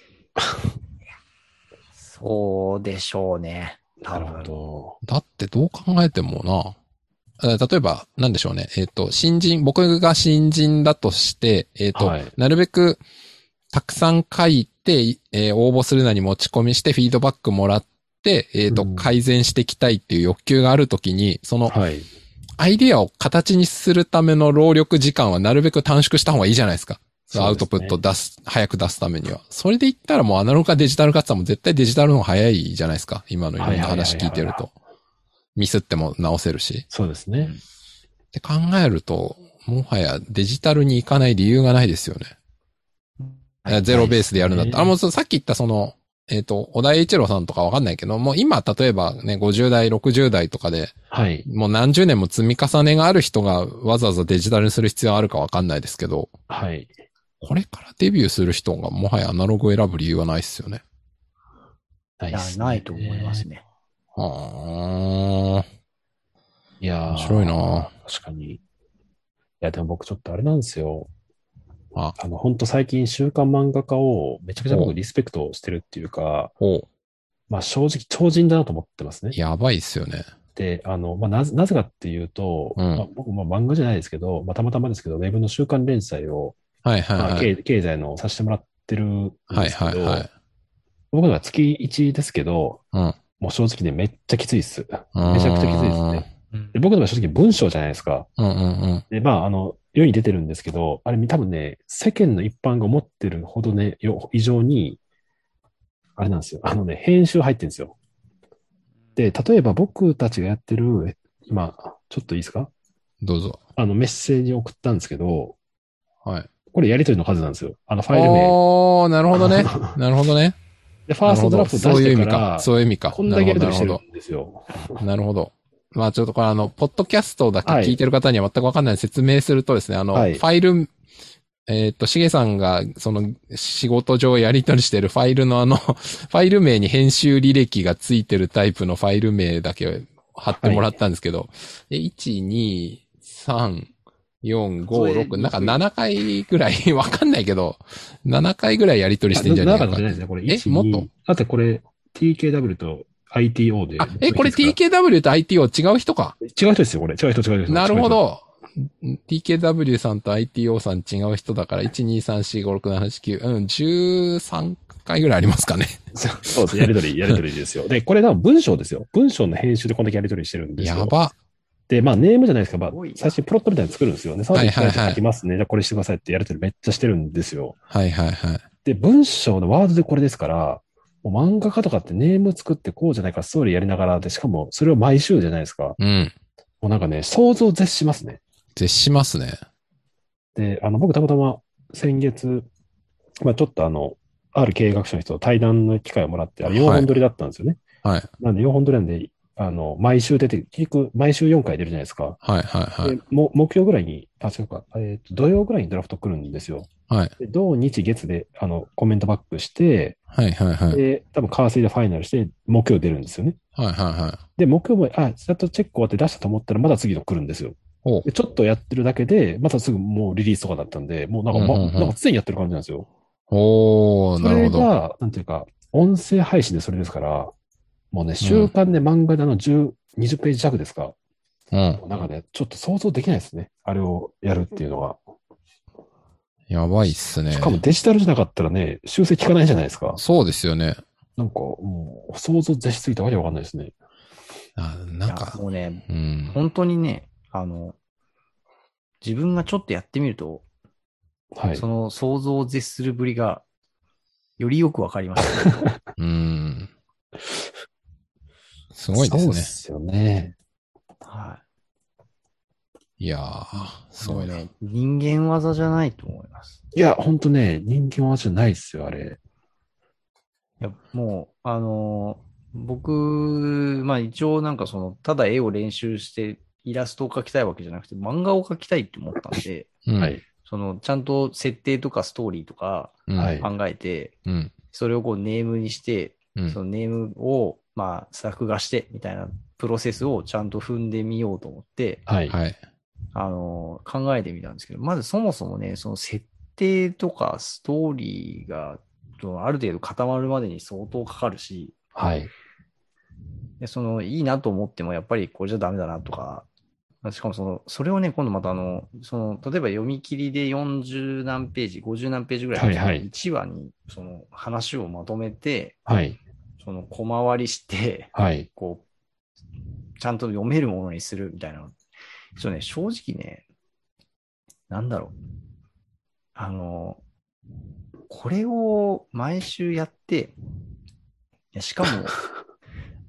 そうでしょうね。 なるほ多分。 ど。 だってどう考えてもな、えー例えば、なんでしょうね。えっ、と、新人、僕が新人だとして、えっ、と、 はいなるべくたくさん書いて、えー応募するなに持ち込みしてフィードバックもらって、えっ、と、 うん改善していきたいっていう欲求があるときに、その、 はい。 アイディアを形にするための労力時間はなるべく短縮した方がいいじゃないですか。 そうですねアウトプット出す、早く出すためには。それで言ったらもうアナログかデジタルかって言ったらもう絶対デジタルの方が早いじゃないですか。今のいろんな話聞いてると。 ミスっても直せるし。 そうですね。 って考えると、もはやデジタルに行かない理由がないですよね。はい、ゼロベースでやるんだったら。あ、もうさっき言ったその、えっと、小田栄一郎さんとかわかんないけど、もう今、例えばね、ごじゅう代、ろくじゅう代とかで、 はい。 もう何十年も積み重ねがある人がわざわざデジタルにする必要あるかわかんないですけど、 はい。 これからデビューする人がもはやアナログを選ぶ理由はないっすよね。 ないっすね。いや、ないと思いますね。 はあ。 いやー。 面白いな。 確かに。いや、でも僕ちょっとあれなんですよ。 あ、 あの、本当最近週刊漫画家をめちゃくちゃ僕リスペクトしてるっていうか、まあ正直超人だなと思ってますね。 やばいっすよね。 で、あの、まあなぜ、なぜかっていうと、 うん、 まあ、僕も漫画じゃないですけど、まあたまたまですけど、ウェブの週刊連載を、 はいはいはい。 まあ、経経済のさせてもらってるんですけど、 はいはいはい。 僕は月いちですけど、 うん、 もう正直ね、めっちゃきついっす。めちゃくちゃきついですね。で僕でも正直文章じゃないですか。 うんうんうん。 で、まあ、あの、世に出てるんですけど、あれ多分ね、世間の一般が思ってるほどね、よ以上に、あれなんですよ。あのね、編集入ってるんですよ。で、例えば僕たちがやってる、今、ちょっといいですか？ どうぞ。 あの、メッセージを送ったんですけど、 はい。 これやりとりの数なんですよ。あの、ファイル名。 おー、なるほどね。なるほどね。 で、ファーストドラフト出してから、 そういう意味か。 こんだけやりとりしてるんですよ。 なるほど。まあちょっとこれあの、ポッドキャストだけ聞いてる方には全くわかんない説明するとですね、あの、はい、ファイル、えっと、しげさんが、その、仕事上やり取りしてるファイルのあの、ファイル名に編集履歴がついてるタイプのファイル名だけ貼ってもらったんですけど、はい、いち、に、さん、よん、ご、ろく、なんかななかいぐらい、わかんないけど、ななかいぐらいやり取りしてんじゃねえか。ななかいじゃないですね、これ。え、もっと？ だってこれ、ティーケーダブリュー と アイティーオー で。 あ、え、これ ティーケーダブリュー と アイティーオー 違う人か？ 違う人ですよ、これ。違う人、違う人。 なるほど。ティーケーダブリュー さんと アイティーオー さん違う人だから、いち、に、さん、よん、ご、ろく、なな、はち、きゅう、うん、じゅうさんかいぐらいありますかね。 そうです。やりとり、やりとりですよ。で、これ多分文章ですよ。文章の編集でこんだけやりとりしてるんですよ。 やば。 で、まあ、ネームじゃないですか。まあ、最初にプロットみたいなの作るんですよね。さんじゅっかい書きますね。じゃあこれしてくださいってやりとりめっちゃしてるんですよ。 はいはいはい。 で、文章のワードでこれですから、もう漫画家とかってネーム作ってこうじゃないかストーリーやりながらで、しかもそれを毎週じゃないですか。 うん。 もうなんかね、想像絶しますね。 絶しますね。 で、あの、僕たまたま先月、まあちょっとあの、ある経営学者の人と対談の機会をもらって、あれよんほん撮りだったんですよね。 はい。 なんでよんほん撮りなんで、あの、毎週出て、結局毎週よんかい出るじゃないですか。 はいはいはい。 で、も木曜ぐらいに、あ、そうか、えっ、ー、と、土曜ぐらいにドラフト来るんですよ。 はい。 で土日月で、あの、コメントバックして、 はいはいはい。 で、多分、カーセイでファイナルして、木曜出るんですよね。 はいはいはい。 で、木曜も、あ、ちゃんとチェック終わって出したと思ったら、まだ次の来るんですよ。で、ちょっとやってるだけで、またすぐもうリリースとかだったんで、もうなんか、ま、うんうんうん、なんか常にやってる感じなんですよ。 おー、なるほど。 それが、なんていうか、音声配信でそれですから、もうね、週刊で漫画であのじゅう、にじゅっページ弱ですか。うん。なんかね、ちょっと想像できないですね。あれをやるっていうのは。 やばいっすね。 しかもデジタルじゃなかったらね、修正効かないじゃないですか。 そうですよね。 なんか、もう、想像絶しすぎたわけわかんないですね。 あ、なんか。もうね、うん、本当にね、あの、自分がちょっとやってみると、はい。その想像を絶するぶりが、よりよくわかりましたね。 うん。すごいですね。そうですよね。 はい。 いやー、すごいね。 人間技じゃないと思います。 いや、ほんとね、人間技じゃないですよ、あれ。 いや、もう、あのー、僕、まあ一応なんかその、ただ絵を練習してイラストを描きたいわけじゃなくて、漫画を描きたいって思ったんで、はい。その、ちゃんと設定とかストーリーとか考えて、うん、それをこうネームにして、うん、そのネームを、まあ、作画して、みたいなプロセスをちゃんと踏んでみようと思って、 はい。はい。 あの、考えてみたんですけど、まずそもそもね、その設定とかストーリーが、ある程度固まるまでに相当かかるし、 はい。 で、その、いいなと思っても、やっぱりこれじゃダメだなとか、しかもその、それをね、今度またあの、その、例えば読み切りでよんじゅう何ページ、ごじゅう何ページぐらい、はいはい、いちわに、その、話をまとめて、 はい。 その、小回りして、 はい。 こう、ちゃんと読めるものにするみたいな。ちょっとね、正直ね、なんだろう。あの、これを毎週やって、いやしかも、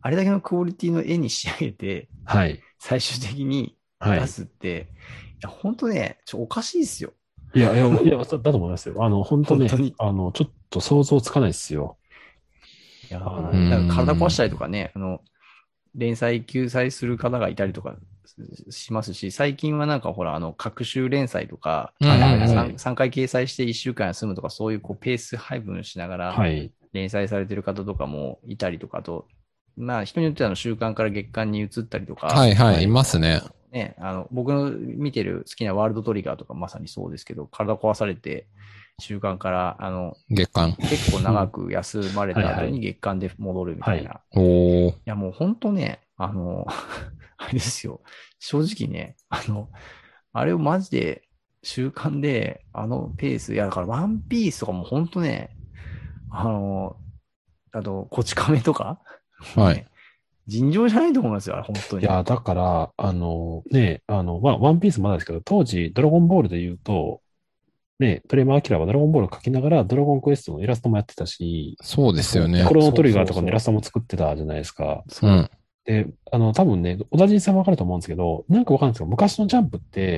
あれだけのクオリティの絵に仕上げて、 はい。 最終的に出すって、はい、いや、本当ね、ちょ、おかしいですよ。 いや、いや、いや、だと思いますよ。あの、本当ね、本当にあの、ちょっと想像つかないですよ。 いや、なんか体壊したりとかね、あの、連載救済する方がいたりとかしますし、最近はなんかほら、あの、各週連載とか、 はいはいはい、 さん, さんかい掲載していっしゅうかん休むとか、そういうこうペース配分しながら、連載されてる方とかもいたりとかと、まあ、人によってはあの週刊から月刊に移ったりとか。 はいはい、いますね。 ね、あの、僕の見てる好きなワールドトリガーとかまさにそうですけど、体壊されて、週刊から、あの、 月刊。 結構長く休まれた後に月刊で戻るみたいな。 はいはい、おいや、もう本当ね、あの、あれですよ。正直ね、あの、あれをマジで週刊で、あのペース、いや、だからワンピースとかも本当ね、あの、あと、こち亀とか、 はい。 尋常じゃないと思いますよ、本当に。 いや、だから、あの、ね、あの、まあ、ワンピースまだですけど、当時、ドラゴンボールで言うと、ね、鳥山明はドラゴンボールを描きながら、ドラゴンクエストのイラストもやってたし、 そうですよね。 クロノトリガーとかのイラストも作ってたじゃないですか。 そうそうそう。 で、あの、多分ね、小田人さんわかると思うんですけど、なんかわかるんですけど、昔のジャンプって、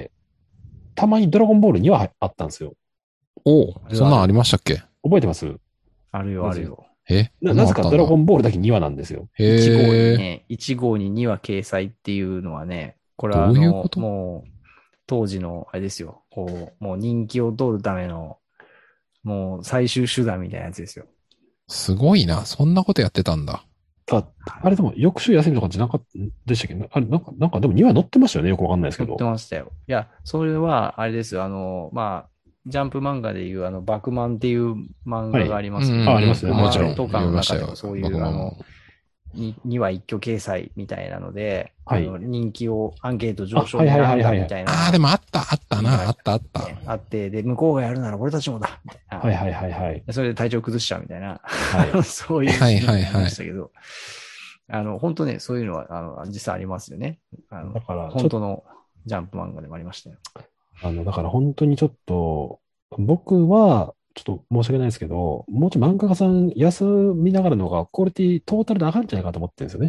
たまにドラゴンボールにはあったんですよ。 おお、そんなんありましたっけ？ 覚えてます？ あるよ、あるよ。 えな、なぜかドラゴンボールだけにわなんですよ。 へいち号にね、いち号ににわ掲載っていうのはね、これはあの、 どういうこと？ もう、当時の、あれですよ、こう、もう人気を取るための、もう最終手段みたいなやつですよ。 すごいな。そんなことやってたんだ。 あ、あれでも、翌週休みとかじゃなかったでしたっけ？あれ、なんか、なんかでもにわ載ってましたよね。よくわかんないですけど。 載ってましたよ。いや、それは、あれですよ、あの、まあ、ジャンプ漫画でいう、あの、バクマンっていう漫画がありますけど、 はい、あ、ありますね。もちろん。 とかの中でもそういう、あの、にわ一挙掲載みたいなので、はい、あの人気をアンケート上昇になるんだみたいな。 ああ、でもあった、あったな、あった、あった。 あって、で、向こうがやるなら俺たちもだみたいな。 はいはいはいはい。 それで体調崩しちゃうみたいな。はい、そういう。 はいはいはい。 ましたけど、あの、本当ね、そういうのは、あの、実際ありますよね。あの、 だから本当のジャンプ漫画でもありましたよ。 あの、だから本当にちょっと、僕は、ちょっと申し訳ないですけど、もうちょい漫画家さん休みながらの方がクオリティトータルで上がるんじゃないかと思ってるんですよね。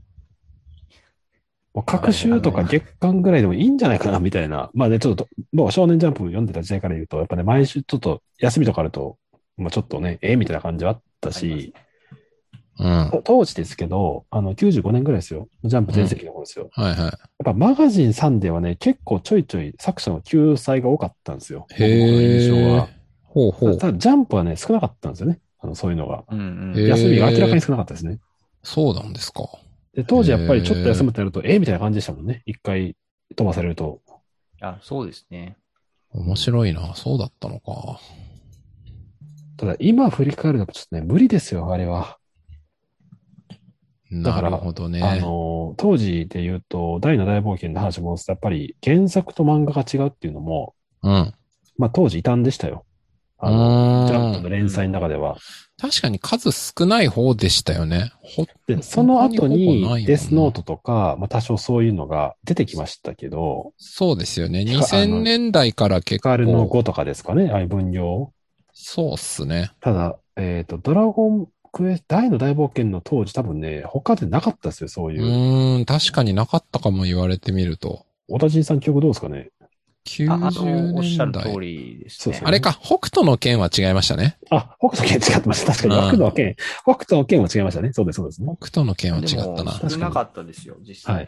もう各週とか月間ぐらいでもいいんじゃないかな、みたいな。まあね、ちょっと、もう少年ジャンプ読んでた時代から言うと、やっぱね、毎週ちょっと休みとかあると、まあちょっとね、ええみたいな感じはあったし、 うん、 当時ですけど、あの、きゅうじゅうごねんぐらいですよ。ジャンプ全盛期の頃ですよ。 うん、はいはい。やっぱマガジンさんではね、結構ちょいちょい作者の救済が多かったんですよ。 へー。印象は。ほうほう。 ただ、ジャンプはね、少なかったんですよね。あの、そういうのが。 うんうん、 休みが明らかに少なかったですね。 そうなんですか。 で、当時やっぱりちょっと休むってなると、ええみたいな感じでしたもんね。一回飛ばされると。 あ、そうですね。 面白いな。そうだったのか。 ただ、今振り返るとちょっとね、無理ですよ、あれは。 なるほどね。 あの、当時で言うと、大の大冒険の話も、やっぱり原作と漫画が違うっていうのも、 うん。 まあ当時異端でしたよ。あの、ジャンプの連載の中では。 確かに数少ない方でしたよね。 で、その後にデスノートとか、まあ多少そういうのが出てきましたけど。 そうですよね。にせんねんだいから結構。 ヒカルのごとかですかね、ああいう分量。 そうっすね。 ただ、えっと、ドラゴンクエスト、大の大冒険の当時多分ね、他でなかったですよ、そういう。 うーん、確かになかったかも言われてみると。 小田人さん記憶どうですかね？ きゅうじゅうねんだい。あの、おっしゃる通りですね。 あれか、北斗の剣は違いましたね。 あ、北斗の剣違ってました。確かに。北斗の剣、北斗の剣は違いましたね。そうです、そうですね。 北斗の剣は違ったな。 少なかったですよ、実際。 はい。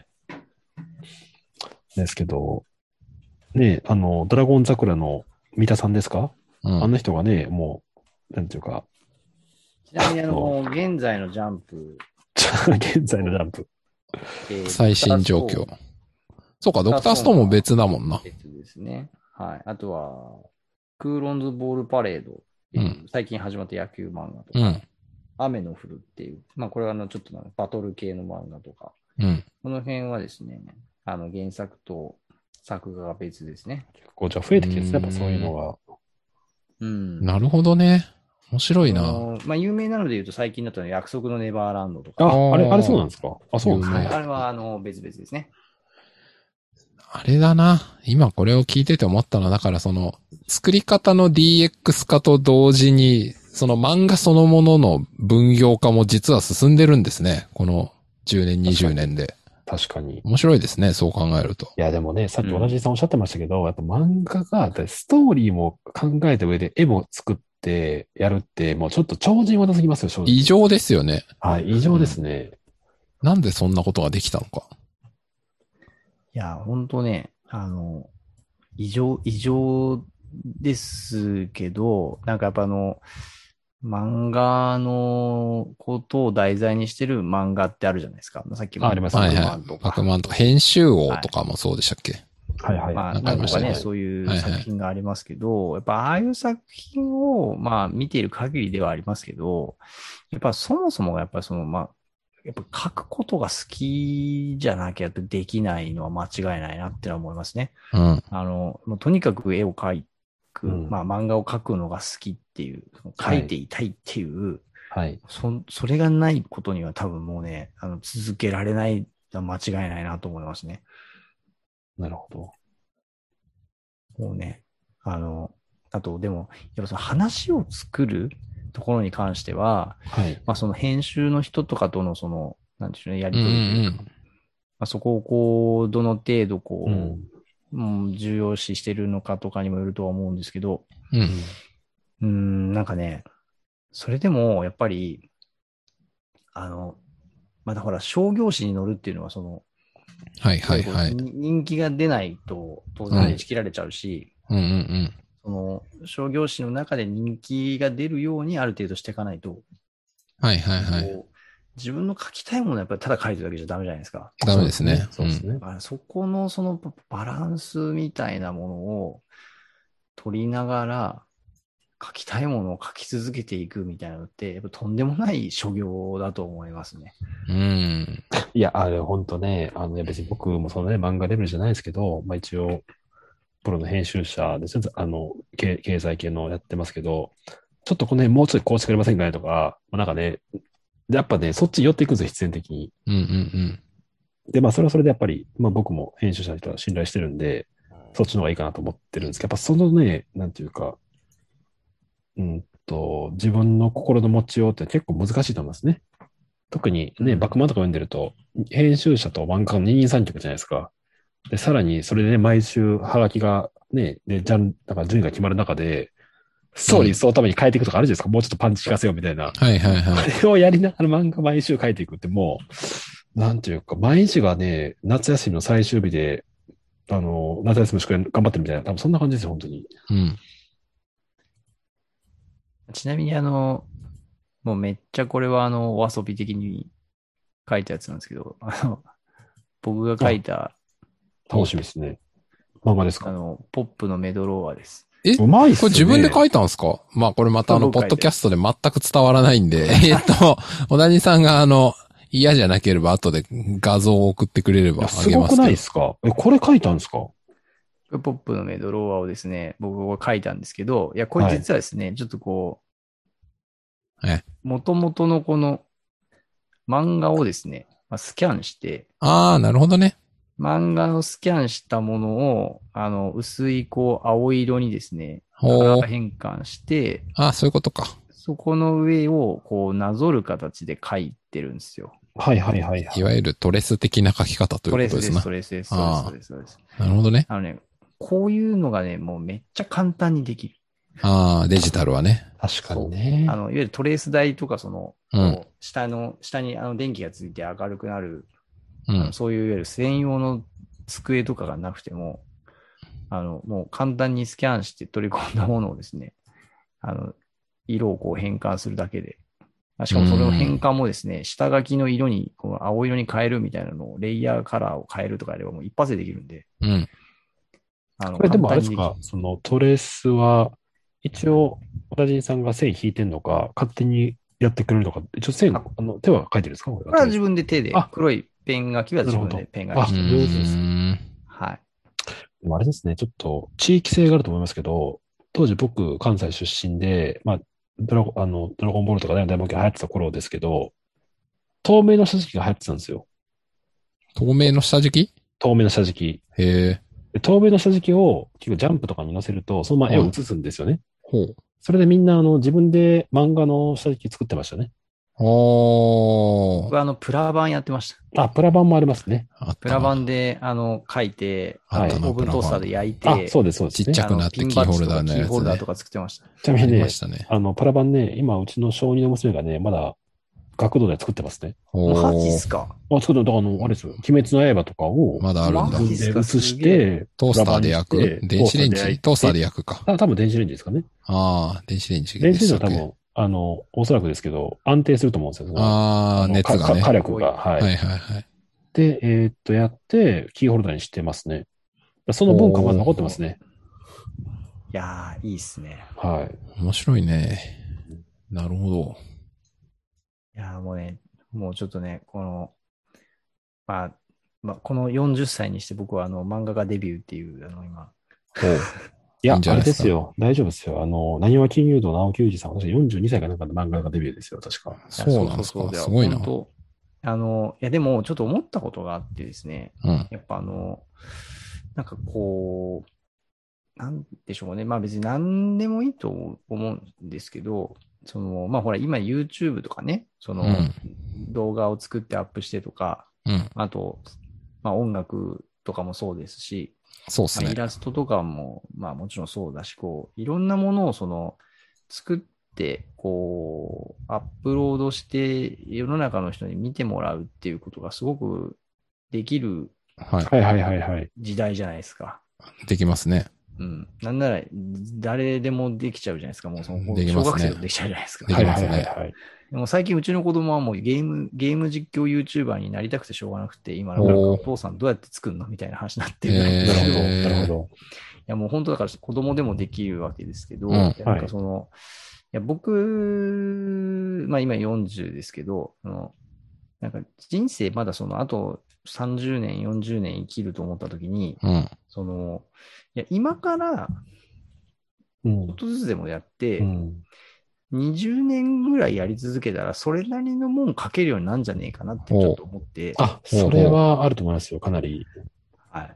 ですけど、ね、あの、ドラゴン桜の三田さんですか？うん、あの人がね、もう、なんていうか。 ちなみにあの、現在のジャンプ。 現在のジャンプ。 えー、最新状況。そうか、ドクターストーンも別だもんな。 別ですね。はい。あとは、クーロンズボールパレードっていう、うん、最近始まった野球漫画とか、うん、雨の降るっていう、まあこれはあのちょっとバトル系の漫画とか、 うん、 この辺はですね、あの原作と作画が別ですね。 結構じゃあ増えてきてるんですね、やっぱそういうのが。 うん。 なるほどね。面白いな。 まあ有名なので言うと最近だと約束のネバーランドとか。 あ、あれ、あれそうなんですか？あ、そうなんですね。あれはあの別々ですね。 あれだな。今これを聞いてて思ったのは、だからその、作り方の ディーエックス 化と同時に、その漫画そのものの分業化も実は進んでるんですね。このじゅうねん、にじゅうねんで。 確かに。 面白いですね、そう考えると。 いや、でもね、さっき同じさんおっしゃってましたけど、うん、やっぱ漫画が、ストーリーも考えた上で絵も作ってやるって、もうちょっと超人技すぎますよ、正直。 異常ですよね。 はい、異常ですね、 うん。なんでそんなことができたのか。 いや、ほんとね、あの、異常、異常ですけど、なんかやっぱあの、漫画のことを題材にしてる漫画ってあるじゃないですか。さっきもありますね。 バクマンとか。バクマンとか、編集王とかもそうでしたっけ？ はいはいはい。 まあ、なんとかね、そういう作品がありますけど、はいはい、やっぱああいう作品を、まあ見ている限りではありますけど、やっぱそもそもやっぱその、まあ、やっぱ書くことが好きじゃなきゃできないのは間違いないなって思いますね。 うん。 あの、もうとにかく絵を描く、うん、まあ漫画を描くのが好きっていう、描いていたいっていう、 はい。 そ、それがないことには多分もうね、あの、続けられないのは間違いないなと思いますね。 なるほど。 もうね、あの、あと、でも、やっぱその話を作るところに関しては、 はい。 まあその編集の人とかとのその、なんていうの、やりとりというか、うんうん、まあ、そこをこう、どの程度こう、うんうん、重要視してるのかとかにもよるとは思うんですけど、 うん、 うーん、なんかね、それでも、やっぱり、あの、まだほら、商業誌に載るっていうのは、その、 はいはいはい。 人気が出ないと、当然打ち切られちゃうし、 うんうんうん、 その、商業誌の中で人気が出るようにある程度していかないと、 はいはいはい。 自分の書きたいものはやっぱりただ書いてるだけじゃダメじゃないですか。 ダメですね。 そうですね。 うん、まあ、そこのそのバランスみたいなものを取りながら、書きたいものを書き続けていくみたいなのって、やっぱとんでもない所業だと思いますね。 うん。 いや、あれ、ほんとね、あの、別に僕もそのね、漫画レベルじゃないですけど、まあ一応、プロの編集者ですね、あの、経経済系のやってますけど、ちょっとこの辺もうちょっとこうしてくれませんかねとか、まあ、なんかね、やっぱね、そっち寄っていくんですよ、必然的に。 うんうんうん。 で、まあそれはそれでやっぱり、まあ僕も編集者の人は信頼してるんで、そっちの方がいいかなと思ってるんですけど、やっぱそのね、なんていうか、うんと、自分の心の持ちようって結構難しいと思いますね。特にね、バクマンとか読んでると、編集者と漫画家の二人三脚じゃないですか。で、さらにそれでね、毎週ハガキがね、で、ジャン、だから順位が決まる中で、ストーリーそのために変えていくとかあるじゃないですか。うん、もうちょっとパンチ効かせようみたいな。 はいはいはい。 あれをやりながら漫画毎週書いていくってもう、なんていうか、毎日がね、夏休みの最終日で、あの、夏休み宿題頑張ってるみたいな、多分そんな感じですよ、本当に。 うん。 ちなみにあの、もうめっちゃこれはあの、お遊び的に書いたやつなんですけど、あの、僕が書いた。 楽しみですね。漫画ですか？ あの、ポップのメドローアです。 え、うまいっすね。これ自分で書いたんですか？まあこれまたあの、ポッドキャストで全く伝わらないんで、えっと、小谷さんがあの、嫌じゃなければ後で画像を送ってくれればあげますけど。 すごくないですか？え、これ書いたんですか？ ポップのメドローアをですね、僕が書いたんですけど、いや、これ実はですね、はい、ちょっとこう、え、 元々のこの漫画をですね、まあ、スキャンして、 ああ、なるほどね。 漫画をスキャンしたものを、あの、薄いこう、青色にですね、カラー変換して、 ああ、そういうことか。 そこの上を、こう、なぞる形で書いてるんですよ。 はいはいはい、はい。 いわゆるトレス的な書き方ということですね。 トレスです、トレスです、そうです、そうです。 なるほどね。 あのね、こういうのがね、もうめっちゃ簡単にできる。 ああ、デジタルはね。 確かにね。 あの、いわゆるトレース台とか、その、 うん、 下の、下にあの電気がついて明るくなる、 うん、 そういういわゆる専用の机とかがなくても、あの、もう簡単にスキャンして取り込んだものをですね、あの、色をこう変換するだけで。しかもそれの変換もですね、下書きの色に、この青色に変えるみたいなのを、レイヤーカラーを変えるとかやればもう一発でできるんで。 うん。 あの、 これでもあれですか、そのトレースは、一応、小田人さんが線引いてんのか、勝手にやってくれるのか、一応線、あの、手は書いてるんですか？これは自分で手で、黒いペン書きは自分でペン書きしてる。あ、上手です。 はい。 でもあれですね、ちょっと地域性があると思いますけど、当時僕、関西出身で、まあ、ドラゴン、あの、ドラゴンボールとかね、大冒険流行ってた頃ですけど、透明の下敷きが流行ってたんですよ。 透明の下敷き？ 透明の下敷き。へえ。透明の下敷きを結構ジャンプとかに載せると、そのまま絵を写すんですよね。 ほう。 それでみんなあの自分で漫画の下敷き作ってましたね。 おー。 僕はあの、プラ版やってました。 あ、プラ版もありますね。 プラ版で、あの、書いて、 あったなオーブントースターで焼いて、 あ、そうです、そうです、ね。 ちっちゃくなってキーホルダーのやつ、ね。 キーホルダーとか作ってました。 ちなみにね、 ねあの、プラ版ね、今、うちの小児の娘がね、まだ、学童で作ってますね。 マジっすか？ あ、作って、だからあの、あれですよ、鬼滅の刃とかを、 まだあるんだ。 で移して、 トースターで焼く電子レンジトースターで焼くか。 多分電子レンジですかね。 ああ、電子レンジ。 電子レンジは多分、あの、おそらくですけど、安定すると思うんですよ。 ああ、熱がね。 火力が。はい。 はいはいはい。 で、えー、っと、やって、キーホルダーにしてますね。その文化まだ残ってますね。 いやー、いいっすね。 はい。 面白いね。なるほど。 いやーもうね、もうちょっとね、この、まあ、まあ、このよんじゅっさいにして僕はあの、漫画家デビューっていう、あの、今。 いや、いいあれですよ。大丈夫ですよ。あの、なにわ金融道直木裕二さんは確かよんじゅうにさいかなんかの漫画家デビューですよ、確か。 そうなんですか。すごいな。 あの、いや、でも、ちょっと思ったことがあってですね。 うん、 やっぱあの、なんかこう、なんでしょうね。まあ別に何でもいいと思うんですけど、その、まあほら、今 YouTube とかね、その、うん、動画を作ってアップしてとか、 うん、 あと、まあ音楽とかもそうですし、 そうですね。 まあ、イラストとかも、まあもちろんそうだし、こう、いろんなものをその、作って、こう、アップロードして、世の中の人に見てもらうっていうことがすごくできる、 はい、はいはいはいはい。 時代じゃないですか。 できますね。 うん。なんなら、誰でもできちゃうじゃないですか。もうその、小学生でもできちゃうじゃないですか。 できますね。はいはいはい。 でも最近うちの子供はもうゲーム、ゲーム実況 YouTuber になりたくてしょうがなくて、今なんかお父さんどうやって作るのみたいな話になってるぐらいですけど。 なるほど。 いやもう本当だから子供でもできるわけですけど、うん、なんかその、はい、いや僕、まあ今よんじゅうですけど、あのなんか人生まだそのあとさんじゅうねん、よんじゅうねん生きると思ったときに、 うん、 その、いや今からちょっとずつでもやって、うんにじゅうねんぐらいやり続けたら、それなりのもん書けるようになるんじゃねえかなってちょっと思って。 あ、それはあると思いますよ、かなり。 はい。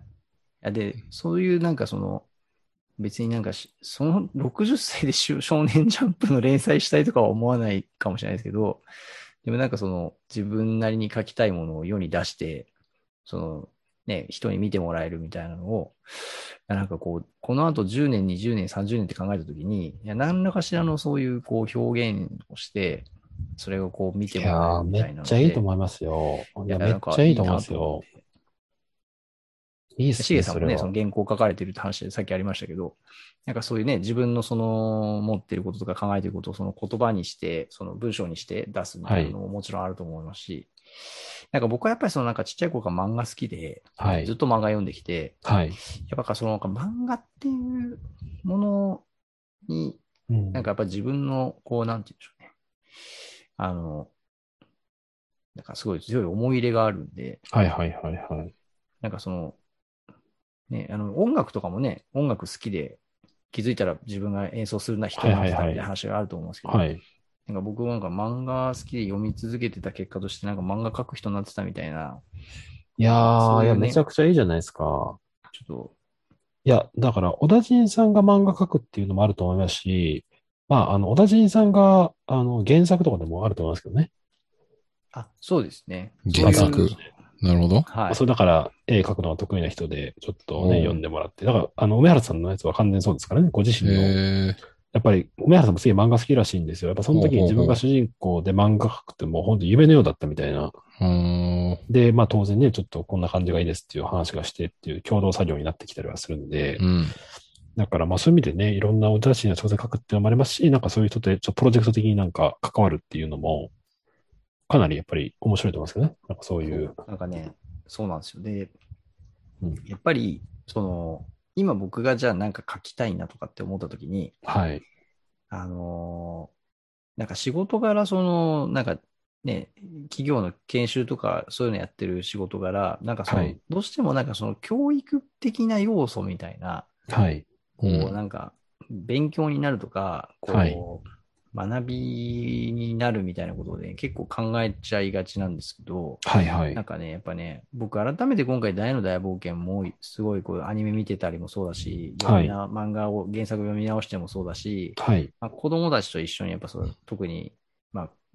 で、そういうなんかその、別になんかそのろくじゅっさいで少年ジャンプの連載したいとかは思わないかもしれないですけど、でもなんかその自分なりに書きたいものを世に出して、そのね、人に見てもらえるみたいなのを、なんかこう、この後じゅうねん、にじゅうねん、さんじゅうねんって考えたときに、いや何らかしらのそういうこう表現をして、それをこう見てもらえるみたいなので。 めっちゃいいと思いますよ。いや、めっちゃいいと思いますよ。いいっすね。 しげさんもね、その原稿書かれてるって話でさっきありましたけど、なんかそういうね、自分のその持ってることとか考えてることをその言葉にして、その文章にして出すみたいなのももちろんあると思いますし、はい、なんか僕はやっぱりそのなんかちっちゃい頃から漫画好きで、はい、ずっと漫画読んできて、はい、やっぱそのなんか漫画っていうものに、なんかやっぱ自分のこう、なんて言うんでしょうね。あの、なんかすごい強い思い入れがあるんで、 はいはいはいはい。 なんかその、ね、あの音楽とかもね、音楽好きで気づいたら自分が演奏するな人になってたみたいな話があると思うんですけど、はいはいはい、なんか僕なんか漫画好きで読み続けてた結果としてなんか漫画描く人になってたみたいな。 いやー、ね、いや、めちゃくちゃいいじゃないですか。ちょっと。 いや、だから、小田陣さんが漫画描くっていうのもあると思いますし、まあ、あの、小田陣さんが、あの、原作とかでもあると思いますけどね。 あ、そうですね。 原作。なるほど。 はい。それだから、絵描くのが得意な人で、ちょっとね、読んでもらって。だから、あの、梅原さんのやつは完全にそうですからね、ご自身の。やっぱり、梅原さんもすげえ漫画好きらしいんですよ。やっぱその時に自分が主人公で漫画描くってもう本当夢のようだったみたいな。で、まあ当然ね、ちょっとこんな感じがいいですっていう話がしてっていう共同作業になってきたりはするんで。うん、だからまあそういう意味でね、いろんなお写真や挑戦書くっていうのもありますし、なんかそういう人とちょプロジェクト的になんか関わるっていうのも、かなりやっぱり面白いと思いますよね。なんかそういう。 なんかね、そうなんですよ。で、うん、やっぱり、その、今僕がじゃあなんか書きたいなとかって思った時に、 はい。 あのー、なんか仕事柄、その、なんかね、企業の研修とかそういうのやってる仕事柄、なんかその、はい、どうしてもなんかその教育的な要素みたいな、 はい。 こう、なんか、勉強になるとか、こう、はい、学びになるみたいなことで、ね、結構考えちゃいがちなんですけど、 はいはい。 なんかね、やっぱね、僕改めて今回大の大冒険もすごいこうアニメ見てたりもそうだし、読みな、はい、漫画を原作読み直してもそうだし、 はい、 まあ、子供たちと一緒にやっぱそう特に、まあ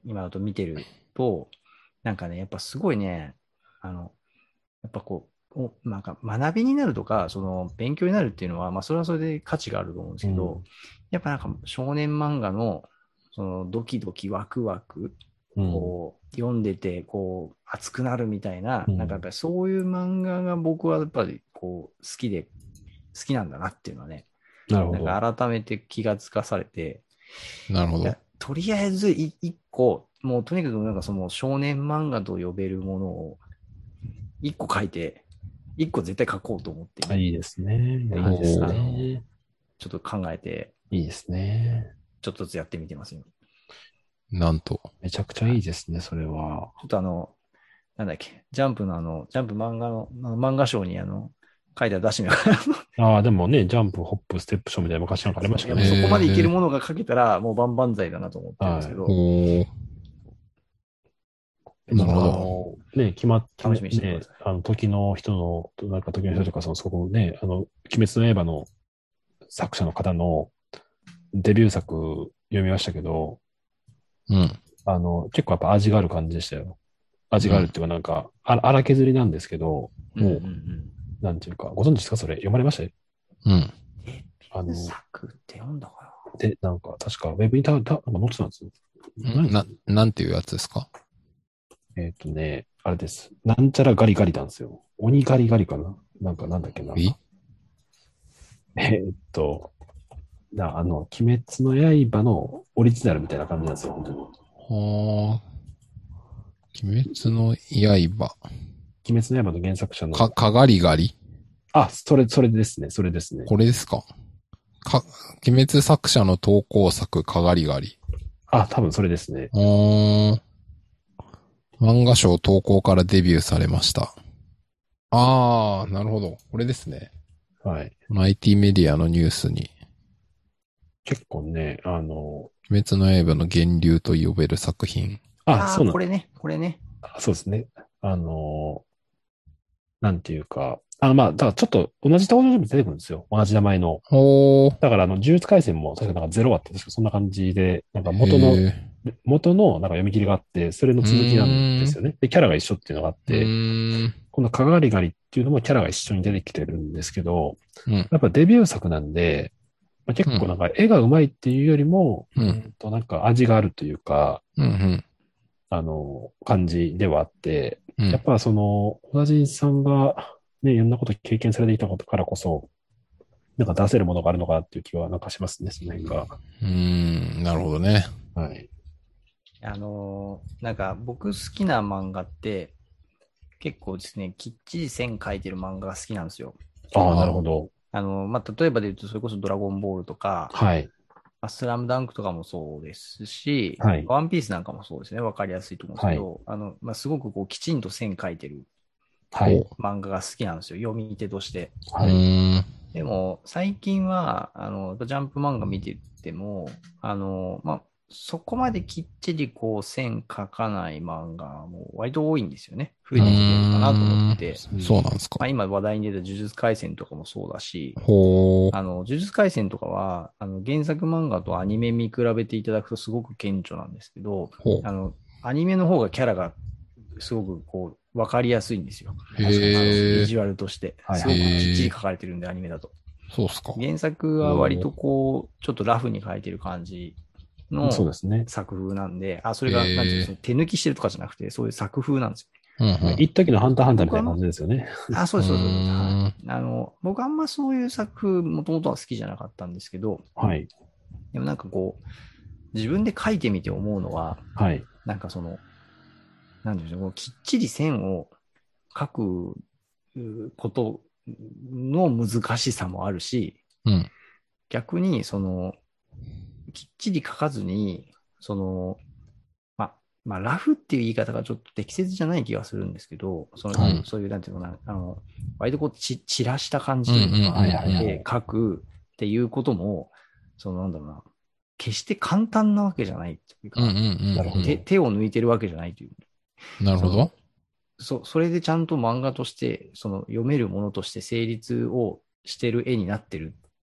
今だと見てると、なんかね、やっぱすごいね、あの、やっぱこう、おなんか学びになるとか、その勉強になるっていうのは、まあそれはそれで価値があると思うんですけど、うん、やっぱなんか少年漫画のそのドキドキワクワク、こう読んでてこう熱くなるみたいな、うん、なんかやっぱりそういう漫画が僕はやっぱりこう好きで好きなんだなっていうのはね、 なるほど。 なんか改めて気がつかされて、 なるほど。 とりあえず一個、もうとにかくなんかその少年漫画と呼べるものを一個書いて、一個絶対書こうと思って。 いいですね。いいですね。 ちょっと考えて。 いいですね。 ちょっとずつやってみてますよ。 なんと。 めちゃくちゃいいですね、それは。 ちょっとあの、なんだっけ、ジャンプのあの、ジャンプ漫画の、漫画賞にあの、書いて出してみようかな。ああ、でもね、ジャンプ、ホップ、ステップ賞みたいな昔なんかありましたね。そこまでいけるものが書けたら、もう万々歳だなと思ってるんですけど。はい、 なるほど。ね、決まって、 楽しみにしてください。 ね、あの、時の人の、なんか時の人とか、その、そこね、あの、鬼滅の刃の作者の方のデビュー作読みましたけど、 うん。 あの、結構やっぱ味がある感じでしたよ。味があるっていうか、なんか、うん、荒削りなんですけど、もう、うんうんうん、なんていうか、ご存知ですかそれ、読まれました？ うん。 え、あの、作って読んだかなで、なんか、確か、ウェブにた、た、なんか載ってたんですよ。 な、なんていうやつですか？ えっとね、あれです。なんちゃらガリガリなんですよ。鬼ガリガリかななんか、なんだっけな。 ええっと、なあの、鬼滅の刃のオリジナルみたいな感じなんですよ、本当に。 はあ。鬼滅の刃。 鬼滅の刃の原作者の。 か、かがりがり？ あ、それ、それですね、それですね。 これですか？か、鬼滅作者の投稿作、かがりがり。 あ、多分それですね。 あー。漫画賞投稿からデビューされました。あー、なるほど。これですね。 はい。 アイティー メディアのニュースに。 結構ね、あの、 鬼滅の刃の源流と呼べる作品。 あ、そうなんこれね、これね。 そうですね。あの、なんていうか、あの、まあ、だからちょっと同じ登場人物出てくるんですよ。同じ名前の。 ほー。 だから、あの、呪術廻戦も確かなんかゼロあって、確かそんな感じで、なんか元の、元のなんか読み切りがあって、それの続きなんですよね。で、キャラが一緒っていうのがあって、このかがりがりっていうのもキャラが一緒に出てきてるんですけど、 うん、 やっぱデビュー作なんで、まあ、結構なんか絵が上手いっていうよりも、 うん、 うんとなんか味があるというか、 うんうん、 あの、感じではあって、 うん、 やっぱその、小田人さんがね、いろんなこと経験されていたことからこそ、なんか出せるものがあるのかなっていう気はなんかしますね、その辺が。 うーん、なるほどね。 はい。 あのー、なんか僕好きな漫画って、結構ですね、きっちり線描いてる漫画が好きなんですよ。 ああ、なるほど。 あの、まあ、例えばで言うと、それこそドラゴンボールとか、 はい。 まあ、スラムダンクとかもそうですし、 はい。 ワンピースなんかもそうですね。わかりやすいと思うんですけど、はい、あの、まあ、すごくこう、きちんと線描いてる、 はい。 漫画が好きなんですよ。読み手として。 はい。 でも、最近は、あの、ジャンプ漫画見てても、あの、まあ、そこまできっちりこう線描かない漫画も割と多いんですよね。増えてきてるかなと思って。 そうなんですか。 まあ、今話題に出た呪術廻戦とかもそうだし、 ほあの、呪術廻戦とかは、あの、原作漫画とアニメ見比べていただくとすごく顕著なんですけど、あの、アニメの方がキャラがすごくこう、わかりやすいんですよ。 へー。 ビジュアルとして。すごくきっちり書かれてるんで、アニメだと。 そうっすか。 原作は割とこう、ちょっとラフに書いてる感じの作風なんで、あ、それが、なんていうんですか、手抜きしてるとかじゃなくて、そういう作風なんですよ。 うんうん、一時のハンターハンターみたいな感じですよね。 あ、そうです、そうです。はい、あの、僕あんまそういう作風、もともとは好きじゃなかったんですけど、 はい。 でもなんかこう、自分で書いてみて思うのは、 はい。 なんかその、なんていうんでしょう、きっちり線を書くことの難しさもあるし、 うん、 逆に、その、きっちり書かずに、その、ま、まあ、ラフっていう言い方がちょっと適切じゃない気がするんですけど、その、うん、そういう、なんていうのかな、あの、割とこう、ち、散らした感じで書くっていうことも、その、なんだろうな、決して簡単なわけじゃないっていうか、手、手を抜いてるわけじゃないという。 なるほど。 そ、それでちゃんと漫画として、その読めるものとして成立をしてる絵になってるっ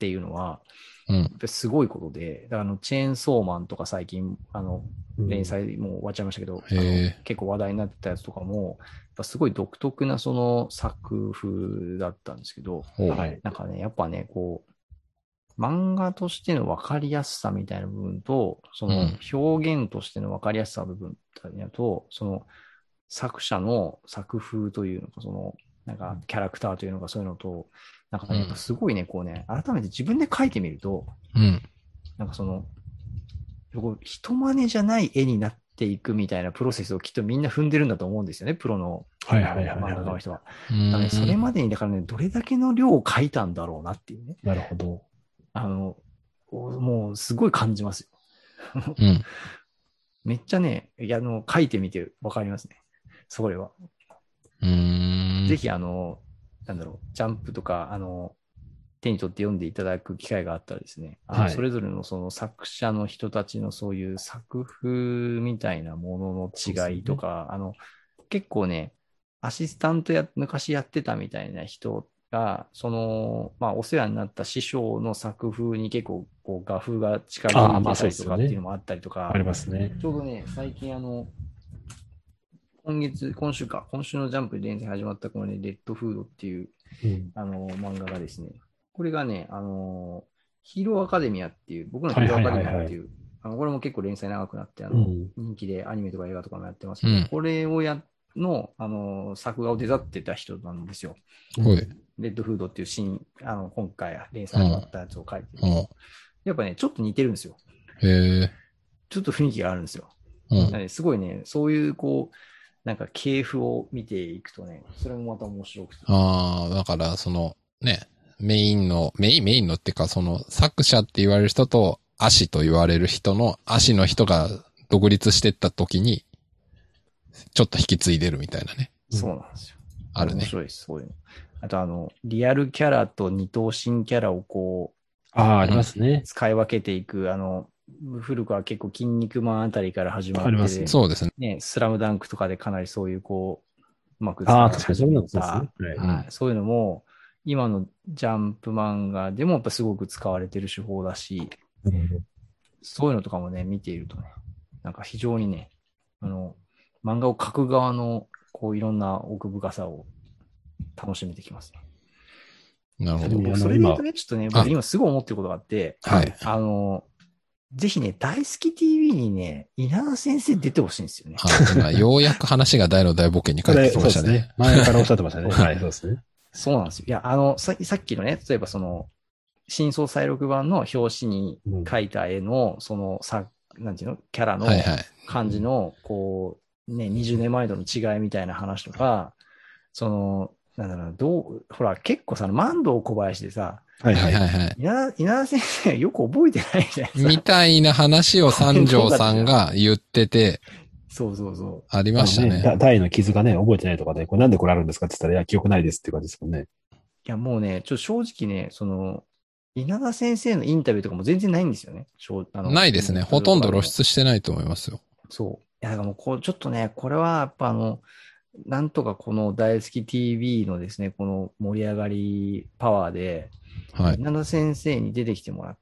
っていうのは、 うん。 すごいことで、だからあの、チェーンソーマンとか最近、あの、連載もう終わっちゃいましたけど、 うん、 あの結構話題になってたやつとかも、やっぱすごい独特なその作風だったんですけど、 はい。 なんかね、やっぱね、こう、漫画としての分かりやすさみたいな部分と、その表現としての分かりやすさの部分と、その作者の作風というのか、その、なんかキャラクターというのかそういうのと、なんかね、やっぱすごいね、こうね、改めて自分で描いてみると、 うん、 なんかその、人真似じゃない絵になっていくみたいなプロセスをきっとみんな踏んでるんだと思うんですよね、プロの漫画家の人は。だからね、それまでに、だからね、どれだけの量を描いたんだろうなっていうね。 なるほど。 あの、もうすごい感じますよ。 うん、 めっちゃね、いや、あの、描いてみてわかりますね。それは。 うーん。 ぜひ、あの、なんだろう、ジャンプとか、あの、手に取って読んでいただく機会があったらですね、あの、はい、それぞれのその作者の人たちのそういう作風みたいなものの違いとか、ね、あの、結構ね、アシスタントや、昔やってたみたいな人が、その、まあ、お世話になった師匠の作風に結構、こう、画風が近づいてたりとかっていうのもあったりとか、 ありますね。 ちょうどね、最近あの、今月、今週か、今週のジャンプで連載始まったこのね、レッドフードっていう、うん、あの、漫画がですね、これがね、あの、ヒーローアカデミアっていう、僕のヒーローアカデミアっていう、あのこれも結構連載長くなって、あの、うん、人気でアニメとか映画とかもやってますけど、うん、これをや、の、あの、作画を手伝ってた人なんですよ。 うん、 レッドフードっていう新、あの、今回連載始まったやつを書いてる、うん。やっぱね、ちょっと似てるんですよ。 へー。 ちょっと雰囲気があるんですよ。うん、すごいね、そういう、こう、なんか系譜を見ていくとね、それもまた面白くて。 ああ、だからそのね、メインの、メイン、メインのっていうかその作者って言われる人と足と言われる人の足の人が独立してった時に、ちょっと引き継いでるみたいなね。 そうなんですよ。 あるね。 面白いです、そういうの。あとあの、リアルキャラと二等身キャラをこう、 ああ、ありますね。 使い分けていく、あの、古くは結構筋肉マンあたりから始まって、 ありますね。 そうですね。 ね、スラムダンクとかでかなりそういうこう、うまく使われ始めた、 はいはい、そういうのも、今のジャンプ漫画でもやっぱすごく使われてる手法だし、 うん、 そういうのとかもね、見ているとね、なんか非常にね、あの、漫画を描く側の、こういろんな奥深さを楽しめてきますね。 なるほど。 それで言うとね、ちょっとね、僕今すごい思ってることがあって、 はい。 あの、ぜひね、大好き ティーブイ にね、稲田先生出てほしいんですよね。 はい。ようやく話が大の大冒険に帰ってきましたね。 ね前からおっしゃってましたね。はい、そうですね。 そうなんですよ。いや、あの、さ, さっきのね、例えばその、新装再録版の表紙に描いた絵の、うん、その、さ、なんていうの、キャラの感じの、はいはい、こう、ね、にじゅうねんまえとの違いみたいな話とか、その、なんだろう、どう、ほら、結構さ、万堂小林でさ、 はいはいはいはい。 稲田、稲田先生よく覚えてないじゃないですか。 みたいな話を三条さんが言ってて、 そうそうそう。 ありましたね。 ね大の傷がね、覚えてないとかで、これなんでこれあるんですかって言ったら、いや、記憶ないですっていう感じですもんね。 いや、もうね、ちょっと正直ね、その、稲田先生のインタビューとかも全然ないんですよね。 あのないですね。ほとんど露出してないと思いますよ。 そう。いや、だからもうこう、ちょっとね、これはやっぱあの、なんとかこの大好き ティーブイ のですね、この盛り上がりパワーで、 はい。 稲田先生に出てきてもらって、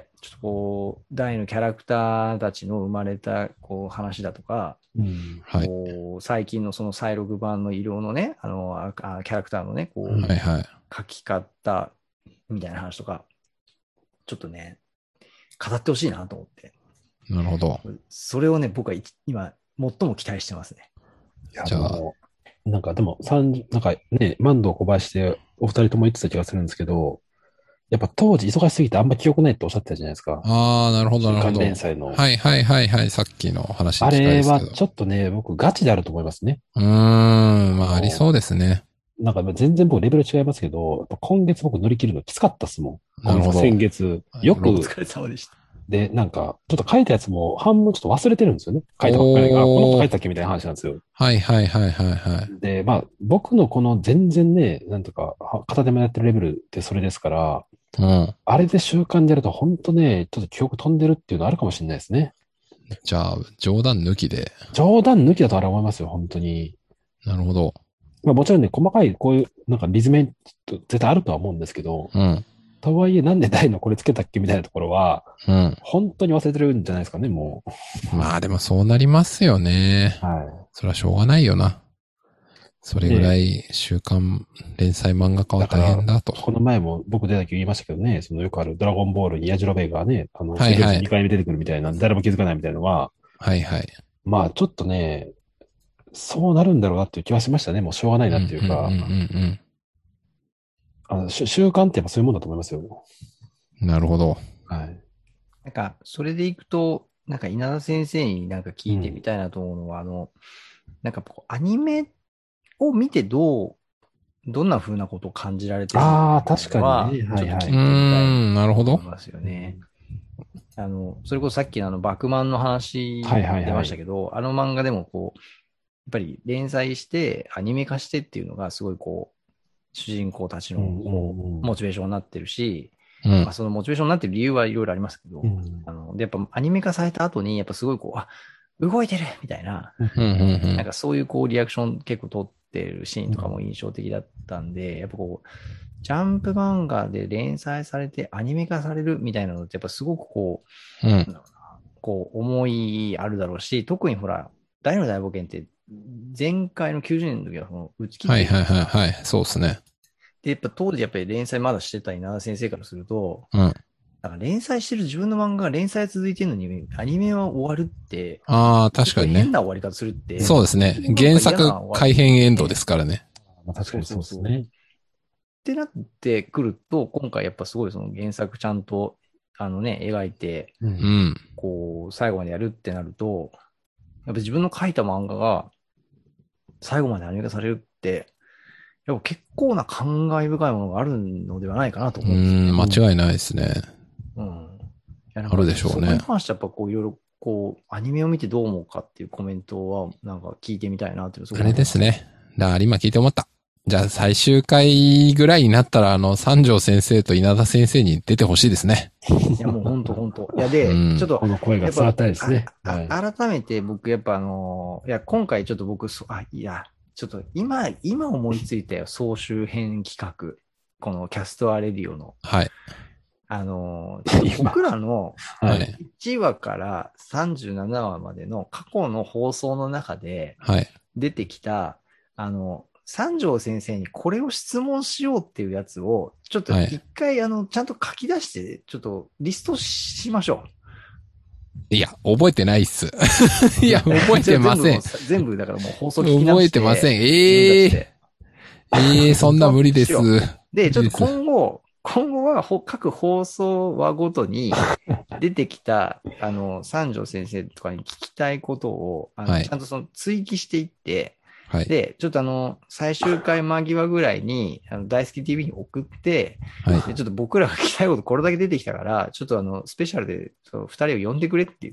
ちょっとこう、大のキャラクターたちの生まれたこう話だとか、 うんはい、 こう最近のその再録版の医療のね、あのあ、キャラクターのね、こう、 はいはい、 書き方みたいな話とか、ちょっとね、語ってほしいなと思って。 なるほど。 それをね、僕は今、最も期待してますね。 じゃあ、なんかでも、三、なんかね、万堂小林でお二人とも言ってた気がするんですけど、やっぱ当時忙しすぎてあんま記憶ないっておっしゃってたじゃないですか。 ああ、なるほど、なるほど。 連載の。 はいはいはいはい、さっきの話に近いですけど。あれははちょっとね、僕ガチであると思いますね。 うーん、まあありそうですね。 なんか全然僕レベル違いますけど、やっぱ今月僕乗り切るのきつかったっすもん。 なるほど。 先月。よく。 お疲れ様でした。 で、なんか、ちょっと書いたやつも半分ちょっと忘れてるんですよね。書いたばっかりが。あ、このこと書いたっけみたいな話なんですよ。 はいはいはいはいはい。 で、まあ、僕のこの全然ね、なんとか、片手間やってるレベルってそれですから、 うん、 あれで習慣でやると本当ね、ちょっと記憶飛んでるっていうのあるかもしれないですね。 じゃあ、冗談抜きで。 冗談抜きだとあれ思いますよ、本当に。 なるほど。 まあもちろんね、細かいこういう、なんかリズメ絶対あるとは思うんですけど、 うん、 とはいえ、なんで大のこれつけたっけみたいなところは、 うん。 本当に忘れてるんじゃないですかね、もう。 まあでもそうなりますよね。 はそれはしょうがないよな。それぐらい週刊連載漫画家は大変だと。 この前も僕出た時言いましたけどね、そのよくあるドラゴンボールにヤジロベイがね、あの、 はいはいにかいめ出てくるみたいな、誰も気づかないみたいなのは、 はいはい。 まあちょっとね、そうなるんだろうなっていう気はしましたね。もうしょうがないなっていうか、 うんうんうんうんあのし習慣ってやっぱそういうもんだと思いますよ。 うん。なるほど。 はい。 なんか、それでいくと、なんか稲田先生になんか聞いてみたいなと思うのは、うん、あの、なんかこう、アニメを見てどう、どんな風なことを感じられてるのかああ、確かにね。はいはい。 ちょっと聞いてみたいなるほど。 思いますよね。あの、それこそさっきのあの、バクマンの話出ましたけど、はいはいはい、あの漫画でもこう、やっぱり連載してアニメ化してっていうのがすごいこう、主人公たちのこうモチベーションになってるし、うんまあ、そのモチベーションになってる理由はいろいろありますけど、うん、あのでやっぱアニメ化された後にやっぱすごいこう、あ、動いてるみたいな、なんかそういうこうリアクション結構取ってるシーンとかも印象的だったんで、やっぱこう、ジャンプ漫画で連載されてアニメ化されるみたいなのってやっぱすごくこう、うん、こう思いあるだろうし、特にほら、大の大冒険って前回のきゅうじゅうねんの時はその打ち切ってはいはいはいはい、そうですね。 で、やっぱ当時やっぱり連載まだしてた稲田先生からすると、 うん。 なんか連載してる自分の漫画が連載続いてるのに、アニメは終わるって、 ああ、確かにね。 変な終わり方するって。 そうですね。原作改編エンドですからね。 まあ、確かにそうですね。 ってなってくると、今回やっぱすごいその原作ちゃんと、あのね、描いて、 うん、 こう、最後までやるってなると、やっぱ自分の書いた漫画が最後までアニメ化されるって、やっぱ結構な感慨深いものがあるのではないかなと思うんですよ、ね。 うん、間違いないですね。 うん。 あるでしょうね。 そこに関してやっぱこういろいろこう、アニメを見てどう思うかっていうコメントはなんか聞いてみたいなっていう。 あれですね。だから今聞いて思った。じゃあ最終回ぐらいになったらあの三条先生と稲田先生に出てほしいですね。 いやもうほんとほんと。いやで、うん、ちょっと。 この声が伝わったいですね。 はい、改めて僕やっぱあの、いや今回ちょっと僕、あ、いや、ちょっと今、今思いついたよ。総集編企画。このキャストアレディオの。 はい。 あの、僕らのいちわからさんじゅうななわまでの過去の放送の中で出てきた、はい、あの、三条先生にこれを質問しようっていうやつを、ちょっと一回、はい、あの、ちゃんと書き出して、ちょっとリストしましょう。 いや、覚えてないっす。いや、覚えてません。 全部、だからもう放送聞き直して。 覚えてません。ええー。ええー、そんな無理です。 で、ちょっと今後、今後は各放送話ごとに出てきた、あの、三条先生とかに聞きたいことを、あの、はい、ちゃんとその追記していって、はい、で、ちょっとあの、最終回間際ぐらいに、あの、大好き ティーブイ に送って、はい、でちょっと僕らが聞きたいことこれだけ出てきたから、ちょっとあの、スペシャルで、そう二人を呼んでくれって言って、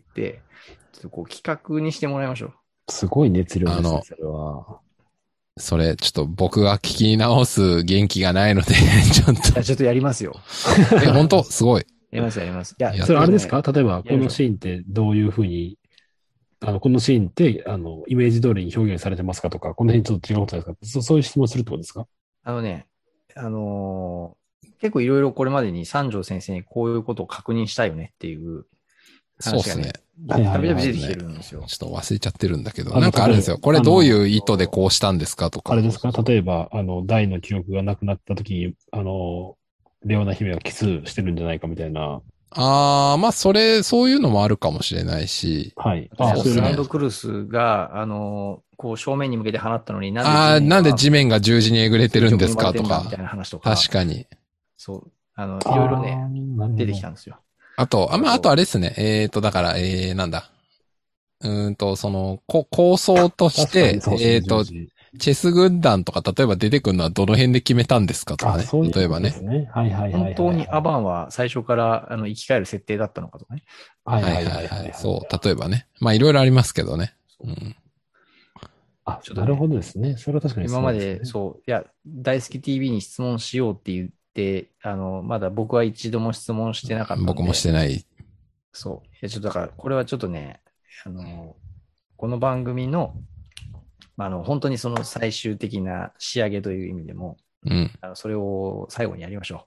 ちょっとこう企画にしてもらいましょう。 すごい熱量ですね、それは。 それ、ちょっと僕が聞き直す元気がないので、ちょっと。 ちょっとやりますよ。 え、本当すごい。 やります、やります。いや、それあれですか？例えば、このシーンってどういうふうに、あの、このシーンって、あの、イメージ通りに表現されてますかとか、この辺ちょっと違うことですか？そそういう質問するってことですか？ あのね、あのー、結構いろいろこれまでに三条先生にこういうことを確認したいよねっていう話がね、 ねたびたび出てきてるんですよ。 ちょっと忘れちゃってるんだけど、なんかあるんですよ。これどういう意図でこうしたんですかとか。 あれですか？例えば、あの、大の記憶がなくなった時に、あの、レオナ姫がキスしてるんじゃないかみたいな。 ああ、まあ、それ、そういうのもあるかもしれないし。 はい。あそうですね。グランドクルスが、あの、こう正面に向けて放ったのになんでああ、なんで地面が十字にえぐれてるんですかとか。 みたいな話とか。 確かに。 そう。あの、いろいろね、出てきたんですよ。 あと、あ、まあ、あとあれですね。えっと、だから、えー、なんだ。うーんと、その、こ、構想として、えっと、チェス軍団とか、例えば出てくるのはどの辺で決めたんですかとかね。 そういう例えばね。 はいはいはい、はい。 本当にアバンは最初からあの生き返る設定だったのかとかね。 はいはいはいはい。そう、例えばね。まあいろいろありますけどね。うん。 あ、ちょっと、ね、なるほどですね。それは確かにそうですね。今まで、そう、いや、大好き ティーブイ に質問しようって言って、あの、まだ僕は一度も質問してなかったんで。 僕もしてない。 そう。いや、ちょっとだから、これはちょっとね、あの、この番組の、あの、本当にその最終的な仕上げという意味でも、 うん。 あのそれを最後にやりましょ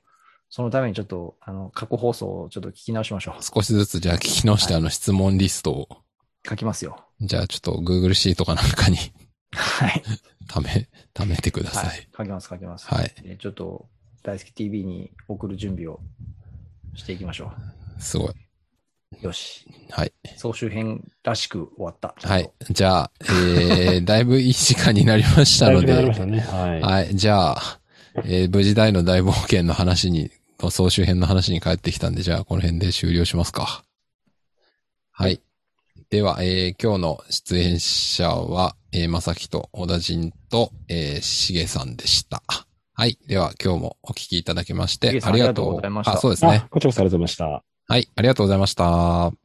そのためにちょっと、あの、過去放送をちょっと聞き直しましょう。 少しずつじゃあ聞き直して、はい、あの質問リストを。 書きますよ。 じゃあちょっと Google シートかなんかに。 はい。 ため、ためてください。はい、 書きます、書きます。 はい。 ちょっと、大好き ティーブイ に送る準備をしていきましょう。すごい。 よし。 はい。 総集編らしく終わった。 はい。じゃあ、えー、だいぶいい時間になりましたので。 だいぶなりましたね。はい。 はい。じゃあ、えー、無事大の大冒険の話に、の総集編の話に帰ってきたんで、じゃあこの辺で終了しますか。はい。では、えー、今日の出演者は、えー、まさきと小田陣と、えー、しげさんでした。はい。では、今日もお聞きいただきまして、ありがとうございました。あ、そうですね。 こちらこそありがとうございました。 はい。ありがとうございました。